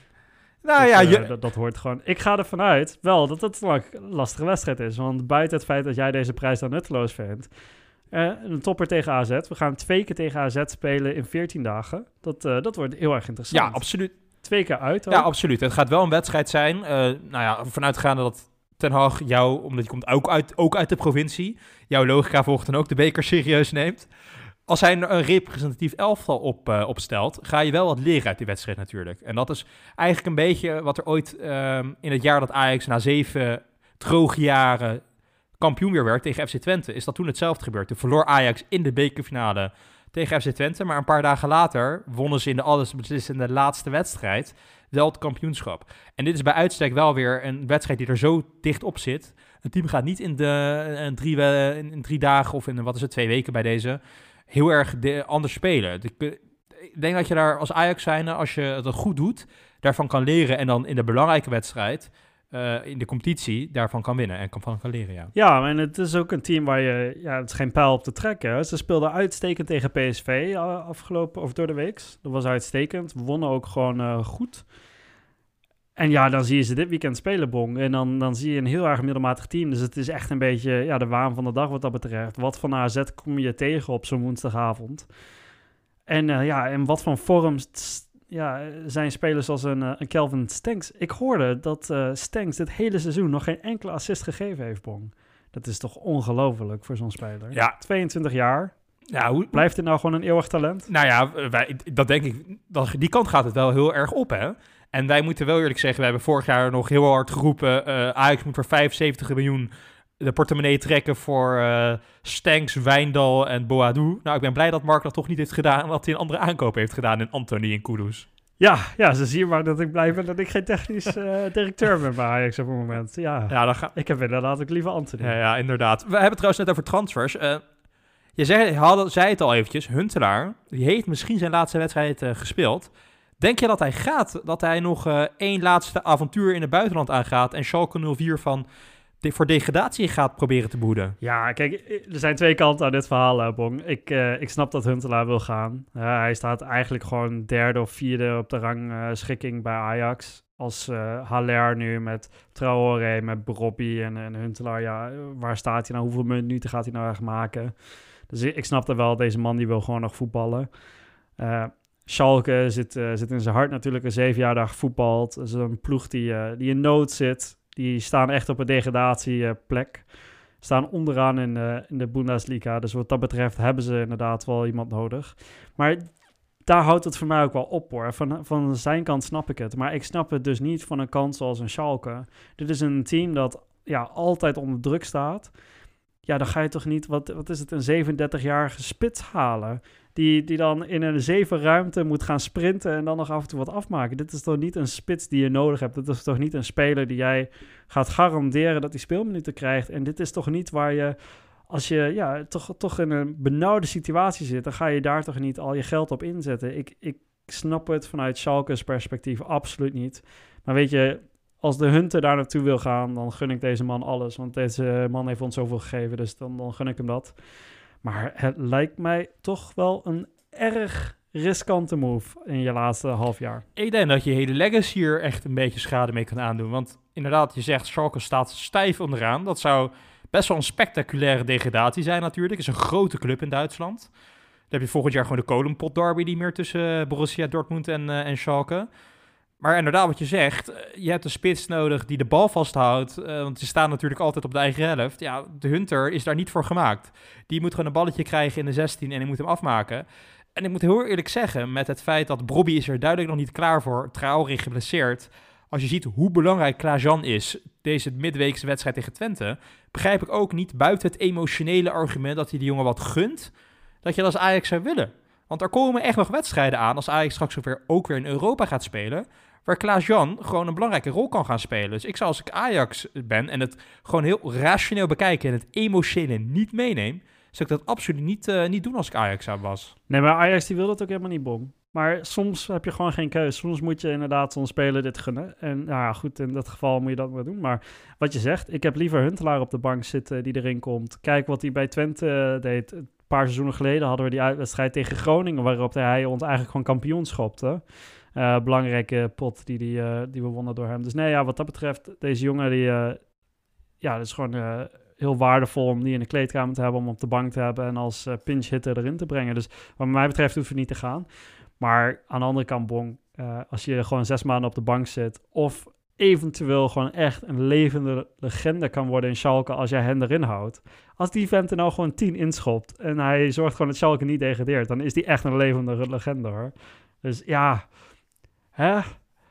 Nou dat hoort gewoon. Ik ga ervan uit, wel, dat het een lastige wedstrijd is. Want buiten het feit dat jij deze prijs dan nutteloos vindt. Een topper tegen AZ. We gaan 2 keer tegen AZ spelen in 14 dagen. Dat wordt heel erg interessant. Ja, absoluut. 2 keer uit, hoor. Ja, absoluut. Het gaat wel een wedstrijd zijn. Vanuitgaande dat Ten Hag jou, omdat je komt ook uit de provincie, jouw logica volgt en ook de beker serieus neemt. Als hij een representatief elftal opstelt, ga je wel wat leren uit die wedstrijd natuurlijk. En dat is eigenlijk een beetje wat er ooit in het jaar dat Ajax na 7 droge jaren kampioen weer werd tegen FC Twente, is dat toen hetzelfde gebeurd. Toen verloor Ajax in de bekerfinale tegen FC Twente, maar een paar dagen later wonnen ze in de allesbeslissende laatste wedstrijd wel het kampioenschap. En dit is bij uitstek wel weer een wedstrijd die er zo dicht op zit. Een team gaat niet in 3 dagen of in 2 weken bij deze heel erg anders spelen. Ik denk dat je daar als Ajax zijnde, als je het goed doet, daarvan kan leren en dan in de belangrijke wedstrijd, in de competitie, daarvan kan winnen en van kan leren, ja. Ja, en het is ook een team waar het is geen pijl op te trekken. Ze speelden uitstekend tegen PSV afgelopen, of door de week. Dat was uitstekend. We wonnen ook gewoon goed. En ja, dan zie je ze dit weekend spelen, Bong. En dan zie je een heel erg middelmatig team. Dus het is echt een beetje de waan van de dag wat dat betreft. Wat van AZ kom je tegen op zo'n woensdagavond? En wat van vorm zijn spelers als een Kelvin Stenks. Ik hoorde dat Stenks dit hele seizoen nog geen enkele assist gegeven heeft, Bong. Dat is toch ongelooflijk voor zo'n speler. Ja. 22 jaar. Ja, Blijft dit nou gewoon een eeuwig talent? Nou ja, dat denk ik. Die kant gaat het wel heel erg op, hè? En wij moeten wel eerlijk zeggen, we hebben vorig jaar nog heel hard geroepen, Ajax moet voor 75 miljoen de portemonnee trekken voor Stenks, Wijndal en Boadou. Nou, ik ben blij dat Mark dat toch niet heeft gedaan, wat hij een andere aankoop heeft gedaan in Anthony en Kudus. Ja, ze zien maar dat ik blij ben dat ik geen technisch directeur ben bij Ajax op het moment. Ja, ik heb inderdaad ook liever Anthony. Ja, inderdaad. We hebben het trouwens net over transfers. Je zei het al eventjes, Huntelaar, die heeft misschien zijn laatste wedstrijd gespeeld. Denk je dat hij gaat, dat hij nog één laatste avontuur in het buitenland aangaat en Schalke 04 voor degradatie gaat proberen te behoeden? Ja, kijk, er zijn twee kanten aan dit verhaal, Bong. Ik snap dat Huntelaar wil gaan. Hij staat eigenlijk gewoon derde of vierde op de rangschikking bij Ajax. Als Haller nu met Traoré, met Brobby en Huntelaar. Ja, waar staat hij nou? Hoeveel minuten gaat hij nou echt maken? Dus ik snap dat wel. Deze man die wil gewoon nog voetballen. Schalke zit in zijn hart natuurlijk een 7 jaar daar gevoetbald. Dat is een ploeg die in nood zit. Die staan echt op een degradatieplek. Staan onderaan in de Bundesliga. Dus wat dat betreft hebben ze inderdaad wel iemand nodig. Maar daar houdt het voor mij ook wel op, hoor. Van zijn kant snap ik het. Maar ik snap het dus niet van een kant zoals een Schalke. Dit is een team dat altijd onder druk staat. Ja, dan ga je toch niet, wat is het, een 37-jarige spits halen... Die dan in een 7 ruimte moet gaan sprinten en dan nog af en toe wat afmaken. Dit is toch niet een spits die je nodig hebt. Dit is toch niet een speler die jij gaat garanderen dat hij speelminuten krijgt. En dit is toch niet waar je, als je toch in een benauwde situatie zit, dan ga je daar toch niet al je geld op inzetten. Ik snap het vanuit Schalke's perspectief absoluut niet. Maar weet je, als de Hunter daar naartoe wil gaan, dan gun ik deze man alles. Want deze man heeft ons zoveel gegeven, dus dan gun ik hem dat. Maar het lijkt mij toch wel een erg riskante move in je laatste half jaar. Ik denk dat je hele legacy hier echt een beetje schade mee kan aandoen. Want inderdaad, je zegt Schalke staat stijf onderaan. Dat zou best wel een spectaculaire degradatie zijn natuurlijk. Het is een grote club in Duitsland. Dan heb je volgend jaar gewoon de kolenpot derby niet meer tussen Borussia Dortmund en Schalke. Maar inderdaad, wat je zegt, je hebt een spits nodig die de bal vasthoudt. Want ze staan natuurlijk altijd op de eigen helft. Ja, de Hunter is daar niet voor gemaakt. Die moet gewoon een balletje krijgen in de 16 en die moet hem afmaken. En ik moet heel eerlijk zeggen, met het feit dat Brobby is er duidelijk nog niet klaar voor, Traoré geblesseerd. Als je ziet hoe belangrijk Klaas-Jan is, deze midweekse wedstrijd tegen Twente, begrijp ik ook niet, buiten het emotionele argument dat hij die jongen wat gunt, dat je dat als Ajax zou willen. Want er komen echt nog wedstrijden aan, als Ajax straks ook weer in Europa gaat spelen, waar Klaas-Jan gewoon een belangrijke rol kan gaan spelen. Dus ik zou, als ik Ajax ben en het gewoon heel rationeel bekijken en het emotionele niet meeneem, zou ik dat absoluut niet doen als ik Ajax was. Nee, maar Ajax die wil dat ook helemaal niet, Bom. Maar soms heb je gewoon geen keus. Soms moet je inderdaad zo'n speler dit gunnen. En ja, goed, in dat geval moet je dat maar doen. Maar wat je zegt, ik heb liever Huntelaar op de bank zitten die erin komt. Kijk wat hij bij Twente deed. Een paar seizoenen geleden hadden we die uitwedstrijd tegen Groningen, waarop hij ons eigenlijk gewoon kampioen schopte. Belangrijke pot die we wonnen door hem. Dus nee, ja, wat dat betreft, deze jongen, dat is gewoon heel waardevol om die in de kleedkamer te hebben, om op de bank te hebben en als pinch hitter erin te brengen. Dus wat mij betreft hoeft het niet te gaan. Maar aan de andere kant, Bong, als je gewoon 6 maanden op de bank zit, of eventueel gewoon echt een levende legende kan worden in Schalke als jij hen erin houdt. Als die vent er nou gewoon 10 inschopt en hij zorgt gewoon dat Schalke niet degradeert, dan is die echt een levende legende, hoor. Dus ja, hè?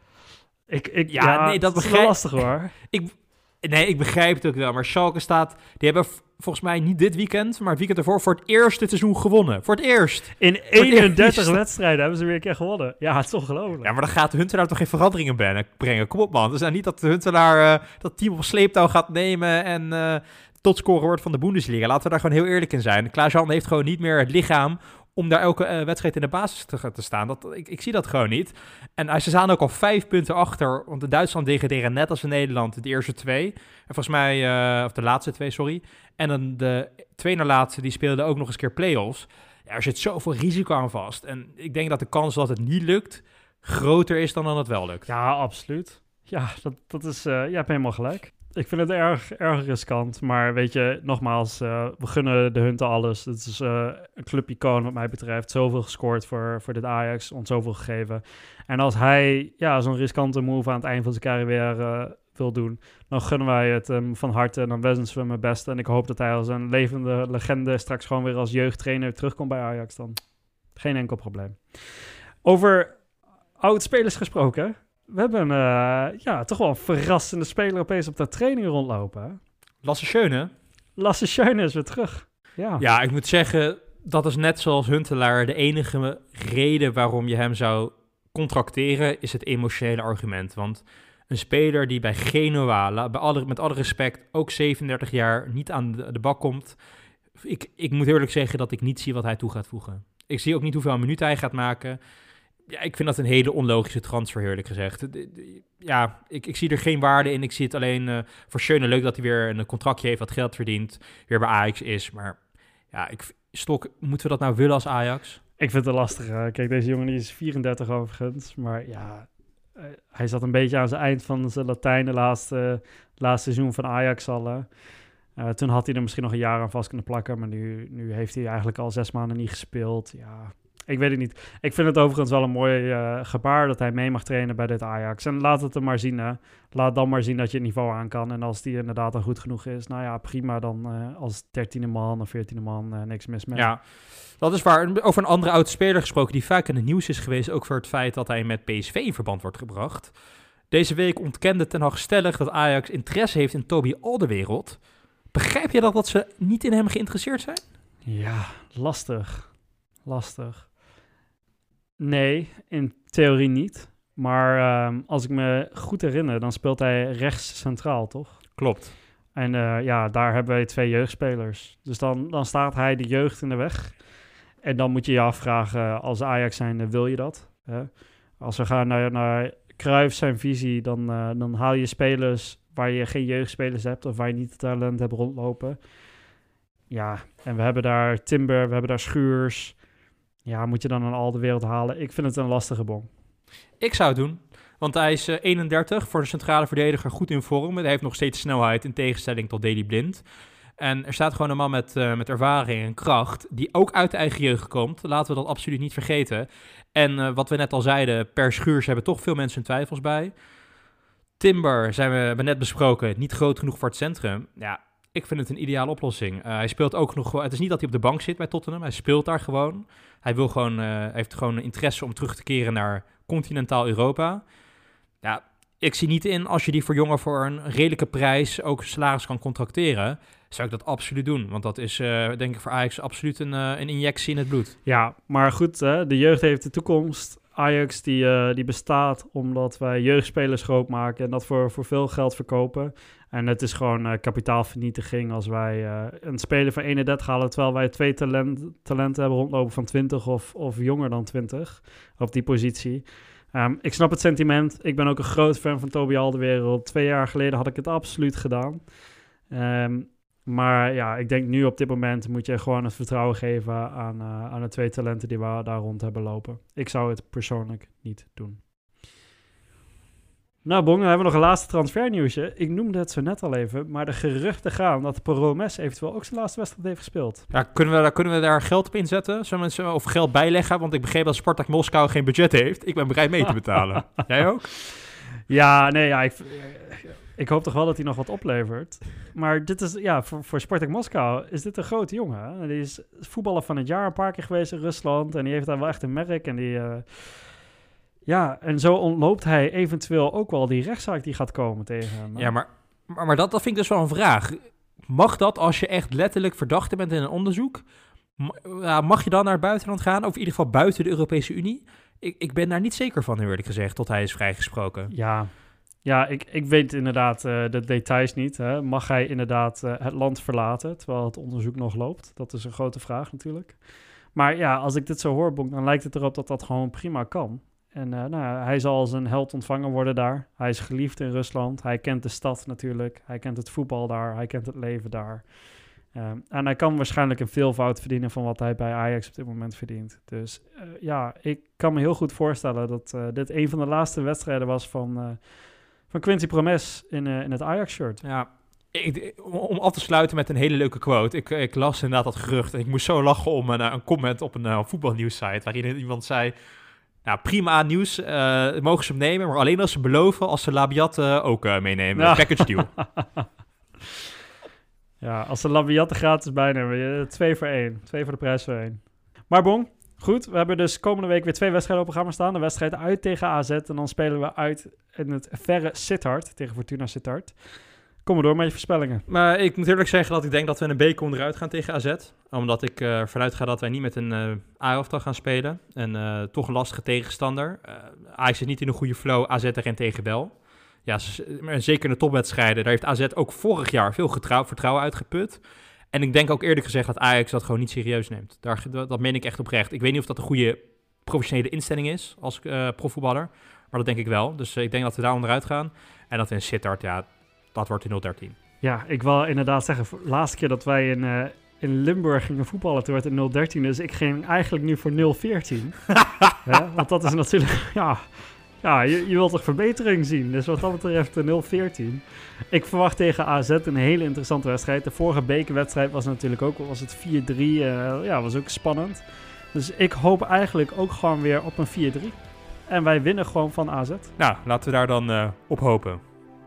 Dat is wel lastig, hoor. Ik begrijp het ook wel, maar Schalke die hebben volgens mij niet dit weekend, maar het weekend ervoor voor het eerst dit seizoen gewonnen. Voor het eerst. In 31 wedstrijden hebben ze weer een keer gewonnen. Ja, het is ongelooflijk. Ja, maar dan gaat de Huntelaar toch geen veranderingen brengen. Kom op, man. Dus nou niet dat de Huntelaar dat team op sleeptouw gaat nemen en topscorer wordt van de Bundesliga. Laten we daar gewoon heel eerlijk in zijn. Klaas-Jan heeft gewoon niet meer het lichaam om daar elke wedstrijd in de basis te staan. Ik zie dat gewoon niet. En ze staan ook al 5 punten achter, want de Duitsland degraderen net als in Nederland de eerste 2. En volgens mij, of de laatste 2, sorry. En dan de 2 na laatste, die speelden ook nog eens keer play-offs. Ja, er zit zoveel risico aan vast. En ik denk dat de kans dat het niet lukt groter is dan het wel lukt. Ja, absoluut. Ja, dat is, je hebt helemaal gelijk. Ik vind het erg riskant, maar weet je, nogmaals, we gunnen de Hunten alles. Het is een clubicoon wat mij betreft. Zoveel gescoord voor dit Ajax, ons zoveel gegeven. En als hij zo'n riskante move aan het eind van zijn carrière wil doen, dan gunnen wij het hem van harte en dan wensen we hem het beste. En ik hoop dat hij als een levende legende straks gewoon weer als jeugdtrainer terugkomt bij Ajax dan. Geen enkel probleem. Over oud-spelers gesproken. We hebben toch wel een verrassende speler opeens op de training rondlopen. Hè? Lasse Schöne is weer terug. Ja, ik moet zeggen, dat is net zoals Huntelaar. De enige reden waarom je hem zou contracteren is het emotionele argument. Want een speler die bij Genoa, met alle respect, ook 37 jaar, niet aan de bak komt. Ik moet eerlijk zeggen dat ik niet zie wat hij toe gaat voegen. Ik zie ook niet hoeveel minuten hij gaat maken. Ja, ik vind dat een hele onlogische transfer, eerlijk gezegd. Ja, ik zie er geen waarde in. Ik zie het alleen voor Schöne leuk dat hij weer een contractje heeft, wat geld verdient, weer bij Ajax is. Maar ja, moeten we dat nou willen als Ajax? Ik vind het lastig. Kijk, deze jongen die is 34 overigens. Maar ja, hij zat een beetje aan zijn eind van zijn Latijn, laatste seizoen van Ajax al. Toen had hij er misschien nog een jaar aan vast kunnen plakken. Maar nu heeft hij eigenlijk al 6 maanden niet gespeeld. Ja, ik weet het niet. Ik vind het overigens wel een mooi gebaar dat hij mee mag trainen bij dit Ajax. En laat het hem maar zien. Hè. Laat dan maar zien dat je het niveau aan kan. En als die inderdaad dan goed genoeg is, nou ja, prima. Dan als 13e man of 14e man niks mis mee. Ja, dat is waar. Over een andere oude speler gesproken die vaak in het nieuws is geweest. Ook voor het feit dat hij met PSV in verband wordt gebracht. Deze week ontkende Ten Hag stellig dat Ajax interesse heeft in Toby Alderweireld. Begrijp je dat ze niet in hem geïnteresseerd zijn? Ja, lastig. Nee, in theorie niet. Maar als ik me goed herinner, dan speelt hij rechts centraal, toch? Klopt. En daar hebben wij 2 jeugdspelers. Dus dan staat hij de jeugd in de weg. En dan moet je je afvragen, als Ajax zijn, wil je dat? Hè? Als we gaan naar Cruijff zijn visie, dan haal je spelers waar je geen jeugdspelers hebt of waar je niet het talent hebt rondlopen. Ja, en we hebben daar Timber, we hebben daar Schuurs. Ja, moet je dan een Alderweireld halen? Ik vind het een lastige bon. Ik zou het doen, want hij is 31, voor de centrale verdediger goed in vorm. Hij heeft nog steeds snelheid in tegenstelling tot Daley Blind. En er staat gewoon een man met ervaring en kracht, die ook uit de eigen jeugd komt. Laten we dat absoluut niet vergeten. En wat we net al zeiden, per Schuurs hebben toch veel mensen twijfels bij. Timber, hebben net besproken, niet groot genoeg voor het centrum. Ja, ik vind het een ideale oplossing. Hij speelt ook nog. Het is niet dat hij op de bank zit bij Tottenham. Hij speelt daar gewoon. Hij heeft gewoon interesse om terug te keren naar continentaal Europa. Ja, ik zie niet in als je die jongen voor een redelijke prijs ook salaris kan contracteren. Zou ik dat absoluut doen. Want dat is denk ik voor Ajax absoluut een injectie in het bloed. Ja, maar goed, hè, de jeugd heeft de toekomst. Ajax die bestaat omdat wij jeugdspelers groot maken en dat voor veel geld verkopen. En het is gewoon kapitaalvernietiging als wij een speler van 31 halen, terwijl wij 2 talenten hebben rondlopen van 20 of jonger dan 20 op die positie. Ik snap het sentiment. Ik ben ook een groot fan van Toby Alderweireld. 2 jaar geleden had ik het absoluut gedaan. Maar ja, ik denk nu op dit moment moet je gewoon het vertrouwen geven aan de 2 talenten die we daar rond hebben lopen. Ik zou het persoonlijk niet doen. Nou, Bong, dan hebben we nog een laatste transfernieuwsje. Ik noemde het zo net al even, maar de geruchten gaan dat Promes eventueel ook zijn laatste wedstrijd heeft gespeeld. Ja, kunnen we daar geld op inzetten? Of geld bijleggen? Want ik begreep dat Spartak Moskou geen budget heeft. Ik ben bereid mee te betalen. Jij ook? Ja, nee, ja, ik hoop toch wel dat hij nog wat oplevert. Maar dit is, ja, voor Spartak Moskou is dit een grote jongen. Hè? Die is voetballer van het jaar een paar keer geweest in Rusland. En die heeft daar wel echt een merk. En en zo ontloopt hij eventueel ook wel die rechtszaak die gaat komen tegen hem. Hè? Ja, maar dat vind ik dus wel een vraag. Mag dat als je echt letterlijk verdachte bent in een onderzoek? Mag je dan naar het buitenland gaan? Of in ieder geval buiten de Europese Unie? Ik ben daar niet zeker van, eerlijk gezegd, tot hij is vrijgesproken. Ja, ik weet inderdaad de details niet. Hè. Mag hij inderdaad het land verlaten terwijl het onderzoek nog loopt? Dat is een grote vraag natuurlijk. Maar ja, als ik dit zo hoor, Bonk, dan lijkt het erop dat dat gewoon prima kan. En hij zal als een held ontvangen worden daar. Hij is geliefd in Rusland. Hij kent de stad natuurlijk. Hij kent het voetbal daar. Hij kent het leven daar. En hij kan waarschijnlijk een veelvoud verdienen van wat hij bij Ajax op dit moment verdient. Dus ik kan me heel goed voorstellen dat dit een van de laatste wedstrijden was van Quincy Promes in het Ajax-shirt. Ja, om af te sluiten met een hele leuke quote. Ik las inderdaad dat gerucht en ik moest zo lachen om een comment op een voetbalnieuwssite waarin iemand zei... Nou, prima nieuws, mogen ze hem nemen, maar alleen als ze beloven als ze Labiat ook meenemen. Ja. Package deal. Ja, als ze Labiat gratis bijnemen, 2 voor 1. 2 voor de prijs van 1. Maar bon, goed. We hebben dus komende week weer 2 wedstrijden op programma staan. De wedstrijd uit tegen AZ en dan spelen we uit in het verre Sittard tegen Fortuna Sittard. Kom maar door met je voorspellingen. Maar ik moet eerlijk zeggen dat ik denk dat we een B onderuit gaan tegen AZ. Omdat ik vanuit ga dat wij niet met een A-elftal gaan spelen. En toch een lastige tegenstander. Ajax is niet in een goede flow, AZ erin tegen wel. Ja, zeker in de topwedstrijden. Daar heeft AZ ook vorig jaar veel vertrouwen uitgeput. En ik denk ook eerlijk gezegd dat Ajax dat gewoon niet serieus neemt. Dat meen ik echt oprecht. Ik weet niet of dat een goede professionele instelling is als profvoetballer. Maar dat denk ik wel. Dus ik denk dat we daar onderuit gaan. En dat in Sittard, ja, dat wordt in 0-13. Ja, ik wil inderdaad zeggen, de laatste keer dat wij in Limburg gingen voetballen, toen werd het 0-13. Dus ik ging eigenlijk nu voor 0-14. Ja, want dat is natuurlijk, ja, je wilt toch verbetering zien. Dus wat dat betreft 0-14. Ik verwacht tegen AZ een hele interessante wedstrijd. De vorige bekerwedstrijd was natuurlijk ook, was het 4-3. Was ook spannend. Dus ik hoop eigenlijk ook gewoon weer op een 4-3. En wij winnen gewoon van AZ. Nou, laten we daar dan op hopen.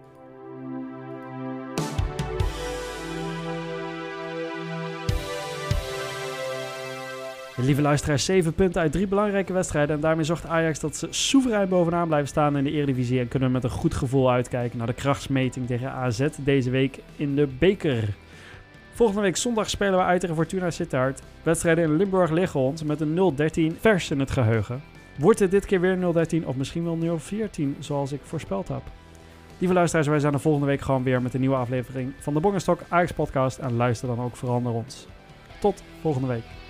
Lieve luisteraars, 7 punten uit 3 belangrijke wedstrijden. En daarmee zorgt Ajax dat ze soeverein bovenaan blijven staan in de Eredivisie. En kunnen we met een goed gevoel uitkijken naar de krachtsmeting tegen AZ deze week in de beker. Volgende week zondag spelen we uit tegen Fortuna Sittard. Wedstrijden in Limburg liggen ons met een 0-13 vers in het geheugen. Wordt het dit keer weer 0-13 of misschien wel 0-14 zoals ik voorspeld heb? Lieve luisteraars, wij zijn er volgende week gewoon weer met een nieuwe aflevering van de Bong & Stok Ajax podcast. En luister dan ook vooral naar ons. Tot volgende week.